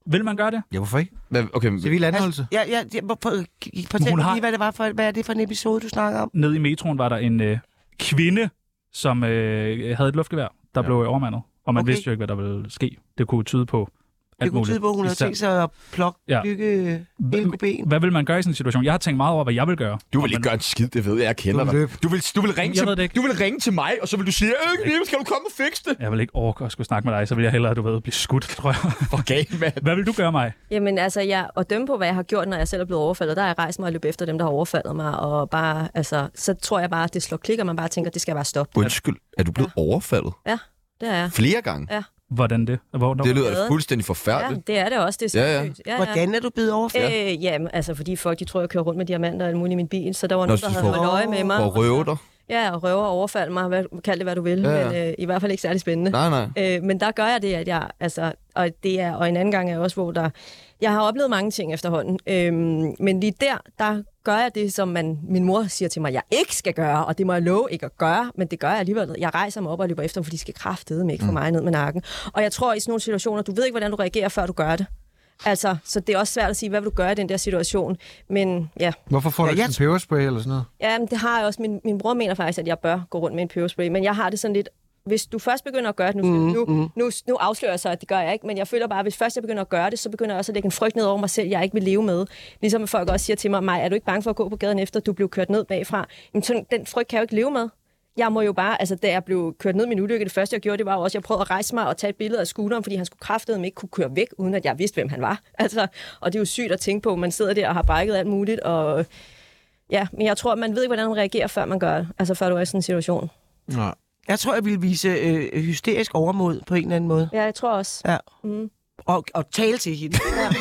Vil man gøre det? Ja, hvorfor ikke? Hvad- Okay, men- Civil anholdelse. Ja, ja, ja, på, på, fortæl Hun mig har- lige, hvad det var for, hvad er det for en episode, du snakker om? Nede i metroen var der en øh, kvinde, som øh, havde et luftgevær, der ja. blev overmandet. Og man Okay. vidste jo ikke, hvad der ville ske. Det kunne tyde på alt Det kunne muligt. tyde på, at hun havde Især- tænkt sig at plukke, Ja. bygge hele kuben. Hvad vil man gøre i sådan en situation? Jeg har tænkt meget over, hvad jeg vil gøre. Du Og vil ikke man- gøre en skid, det ved jeg, jeg kender Du dig. løb. Du vil, du vil ringe Jeg til, ved det ikke. du vil ringe til mig, og så vil du sige, øh, Knibe, skal du komme og fikse det? Jeg vil ikke orke at skulle snakke med dig, så vil jeg hellere, du ved, blive skudt, tror jeg. For galt, mand. Hvad vil du gøre, mig? Jamen altså, jeg, at dømme på, hvad jeg har gjort, når jeg selv er blevet overfaldet, der har jeg rejst mig og løbet efter dem, der har overfaldet mig, og bare, altså, så tror jeg bare, at det slår klik, og man bare tænker, at det skal bare stoppe. Undskyld, er du blevet overfaldet? Ja, det er jeg. Flere gange? Ja. Hvordan det? Hvor, Det lyder da Gaden. fuldstændig Ja, forfærdeligt. det er det også. Det er Ja, ja. sindssygt. Ja, ja. Hvordan er du blevet overfaldet? Øh, jamen, altså, fordi folk, de tror, jeg kører rundt med diamanter og alt muligt i min bil, så der var Nå, nogen, så der de havde får- holdt øje med mig. For at røve dig? Ja, og røver og overfalde mig, hvad, kald det, hvad du vil, Ja, ja. men øh, i hvert fald ikke særlig spændende. Nej, nej. Øh, men der gør jeg det, at jeg, altså, og det er, og en anden gang er også, hvor der, jeg har oplevet mange ting efterhånden, øhm, men lige der, der gør jeg det, som man, min mor siger til mig, jeg ikke skal gøre, og det må jeg love ikke at gøre, men det gør jeg alligevel. Jeg rejser mig op og løber efter, for de skal kraftedeme ikke få mig ned med nakken. Og jeg tror, i sådan nogle situationer, du ved ikke, hvordan du reagerer, før du gør det. Altså, så det er også svært at sige, hvad vil du gøre i den der situation, men ja. Hvorfor får du Ja, ikke jeg en peberspray eller sådan noget? Ja, men det har jeg også. Min, min bror mener faktisk, at jeg bør gå rundt med en peberspray, men jeg har det sådan lidt, hvis du først begynder at gøre det, nu, mm, nu, mm. nu, nu afslører jeg så, at det gør jeg ikke, men jeg føler bare, at hvis først jeg begynder at gøre det, så begynder jeg også at lægge en frygt ned over mig selv, jeg ikke vil leve med. Ligesom folk også siger til mig, Maj, er du ikke bange for at gå på gaden efter, du blev kørt ned bagfra? Jamen, sådan, den frygt kan jeg jo ikke leve med. Jeg må jo bare, altså da jeg blev kørt ned min ulykke, det første jeg gjorde, det var jo også, at jeg prøvede at rejse mig og tage et billede af scooteren, fordi han skulle kraftedeme ikke kunne køre væk, uden at jeg vidste, hvem han var. Altså, og det er jo sygt at tænke på, man sidder der og har brækket alt muligt, og ja, men jeg tror, at man ved ikke, hvordan man reagerer, før man gør det, altså før du er i sådan en situation. Nej. Jeg tror, jeg ville vise øh, hysterisk overmod på en eller anden måde. Ja, jeg tror også. Ja. Mm. Og, og tale til hende.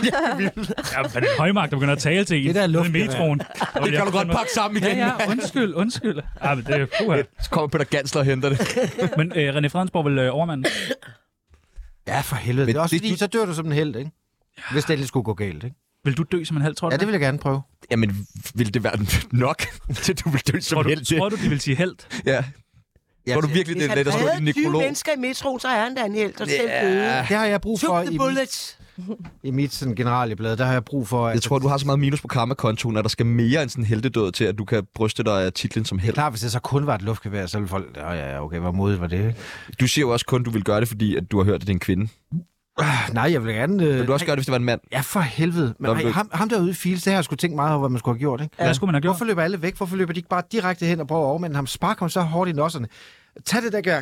Ja, men en højmagt, der begynder at tale til en. Det der er nede i luftgevær. metroen. Det kan du godt pakke sammen igen. Ja, ja, undskyld, undskyld. Ja, men det er puha. Så kommer Peter Gansler og henter det. Men øh, René Fredensborg vil øh, overmanden. Ja, for helvede. Men Det er også det- fordi, så dør du som en held, ikke? Hvis det endelig skulle gå galt, ikke? Vil du dø som en halv, tror du? Ja, det vil jeg gerne prøve. Jamen, vil det være nok til, du vil dø som tror, du, helt til? tror du, de vil sige held? Ja. Tror du virkelig, det Hvis er han let at stå i din havde tyve nekrolog? mennesker i metroen, så er han da en helt, og selv døde. Ja. Det har jeg brug for Took i the mit, bullets. i mit sådan, generalieblad. Der har jeg brug for... At Jeg tror, du har så meget minus på karma-kontoen, at der skal mere end sådan en heldedød til, at du kan bryste dig af titlen som Det er held. klart, hvis det så kun var et luftgevær, så ville folk... Ja, ja, okay, hvor modigt var det, ikke? Du siger jo også kun, at du vil gøre det, fordi at du har hørt, at det er en kvinde. Ah, nej, jeg vil gerne... Øh, Vil du også gøre det, hvis det var en mand? Ja, for helvede. Men Nå, ej, men- ham, ham derude i Fields, det har jeg sgu tænkt meget over, hvad man skulle have gjort, ikke? Hvad skulle man have gjort? Hvorfor løber alle væk? Hvorfor løber de ikke bare direkte hen og prøver at overmænde ham? Spark ham så hårdt i nosserne. Tag det der gør.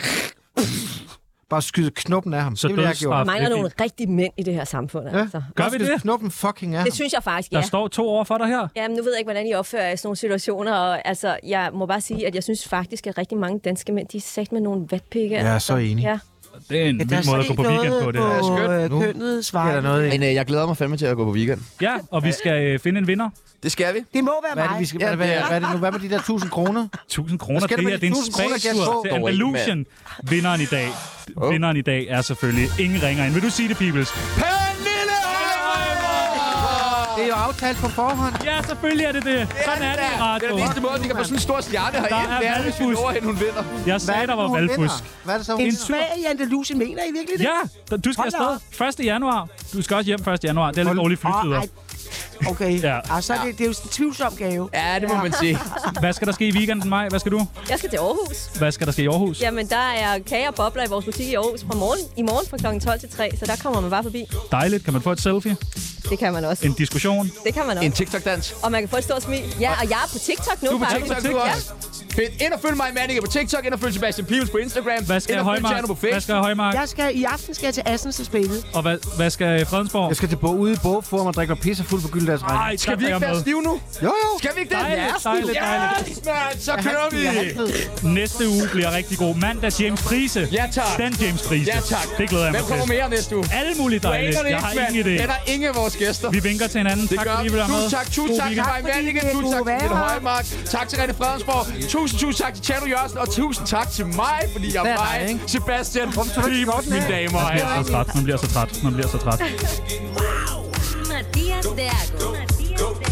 Bare skyde knuppen af ham. Så det ville jeg have dødsstraf. gjort. Der mangler det er nogle rigtige mænd i det her samfund, Ja. altså. Gør Bare vi skyde det? Knuppen fucking af ham. Det synes jeg faktisk, Der ja. står to over for dig her. Jamen, nu ved jeg ikke, hvordan I opfører jer i sådan nogle situationer, og altså, jeg må bare sige, at jeg synes faktisk, at rigtig mange danske mænd, de er sat med nogle vatpikke. Jeg er så enig. Ja. Det er en Ja, der vild måde at gå på weekend på det her. på øh, Nu kønnets Det er der vej. noget i. Men øh, jeg glæder mig fandme til at gå på weekend. Ja, og vi skal øh, finde en vinder. Det skal vi. Det må være Hvad er det, mig. vi skal, Ja, hvad, hvad, det er- hvad er det nu? Hvad med de der tusind kroner? tusind kroner. Hvad skal Det der her med det er de en tusind kroner, kan jeg spacetur få? til Dog ikke, Andalusien. Vinderen i dag. Oh. Vinderen i dag er selvfølgelig ingen ringer end. Vil du sige det, Peoples? Pernille Højgaard! Det er jo aftalt på forhånd. Ja, selvfølgelig er det det. Sådan er det i Det er radio. den eneste måde, vi kan få sådan en stor stjerne Der herinde. er Det er, hvis vi valgfusk. når hende, hun vinder. Jeg sagde, der var hun valgfusk. vinder? Hvad er det så, hun En vinder? svag i Andalusien, mener I virkelig det? Ja, du skal Hold da afsted første januar. Du skal også hjem første januar. Det er lidt dårlige flytider. Åh, ej. Okay, Ja. ja. altså, det, det er jo en tvivlsom gave. Ja, det må man sige. Hvad skal der ske i weekenden, Maj? Hvad skal du? Jeg skal til Aarhus. Hvad skal der ske i Aarhus? Jamen, der er kage og bobler i vores butik i Aarhus fra morgen, i morgen fra klokken tolv til tre, så der kommer man bare forbi. Dejligt. Kan man få et selfie? Det kan man også. En diskussion? Det kan man En også. TikTok-dans. Og man kan få et stort smil. Ja, og jeg er på TikTok nu, Du er på faktisk. TikTok, du også. Fedt. Ind og følg mig i Manninge på TikTok. Ind og følg Sebastian Pibels på Instagram. Hvad skal Ind og følg Højmark? Tjerno på Hvad Facebook. skal Højmark? Jeg skal, I aften skal jeg til Assens og spille. Og hvad, hvad skal Fredensborg? Jeg skal til bo ude i bogform og drikke mig pisse fuld på Gyldendalsregn. Ej, Skal vi ikke være stive nu? Jo, jo. Skal vi ikke det? Dejligt, dejligt, dejligt. Yes, man. Så kører vi. Næste uge bliver rigtig god. Mandag James Prise. Ja, tak. Den James Prise. Ja, tak. Det glæder jeg Hvem mig kommer til. mere næste uge? Alle mulige Du dejligt. aner det Jeg ikke, har mand. ingen idé. Det er der ingen af vores gæster. Vi vinker til hinanden. Det Tak gør fordi vi. I vil være med. Tusind tak, tusind God tak til weekend. mig, fordi Manninge. I Tusind tak kunne til Mette være her. Højmark. Tak til René Fredensborg. Tusind, tusind tak til Tjerno Jørgensen. Og tusind tak til mig, fordi jeg Det er er dig, mig, ikke? Sebastian tog du ikke Pibels, skjorten mine af? damer og Man bliver herrer. så træt. Man bliver så træt. Man bliver så træt. Matías de Ago.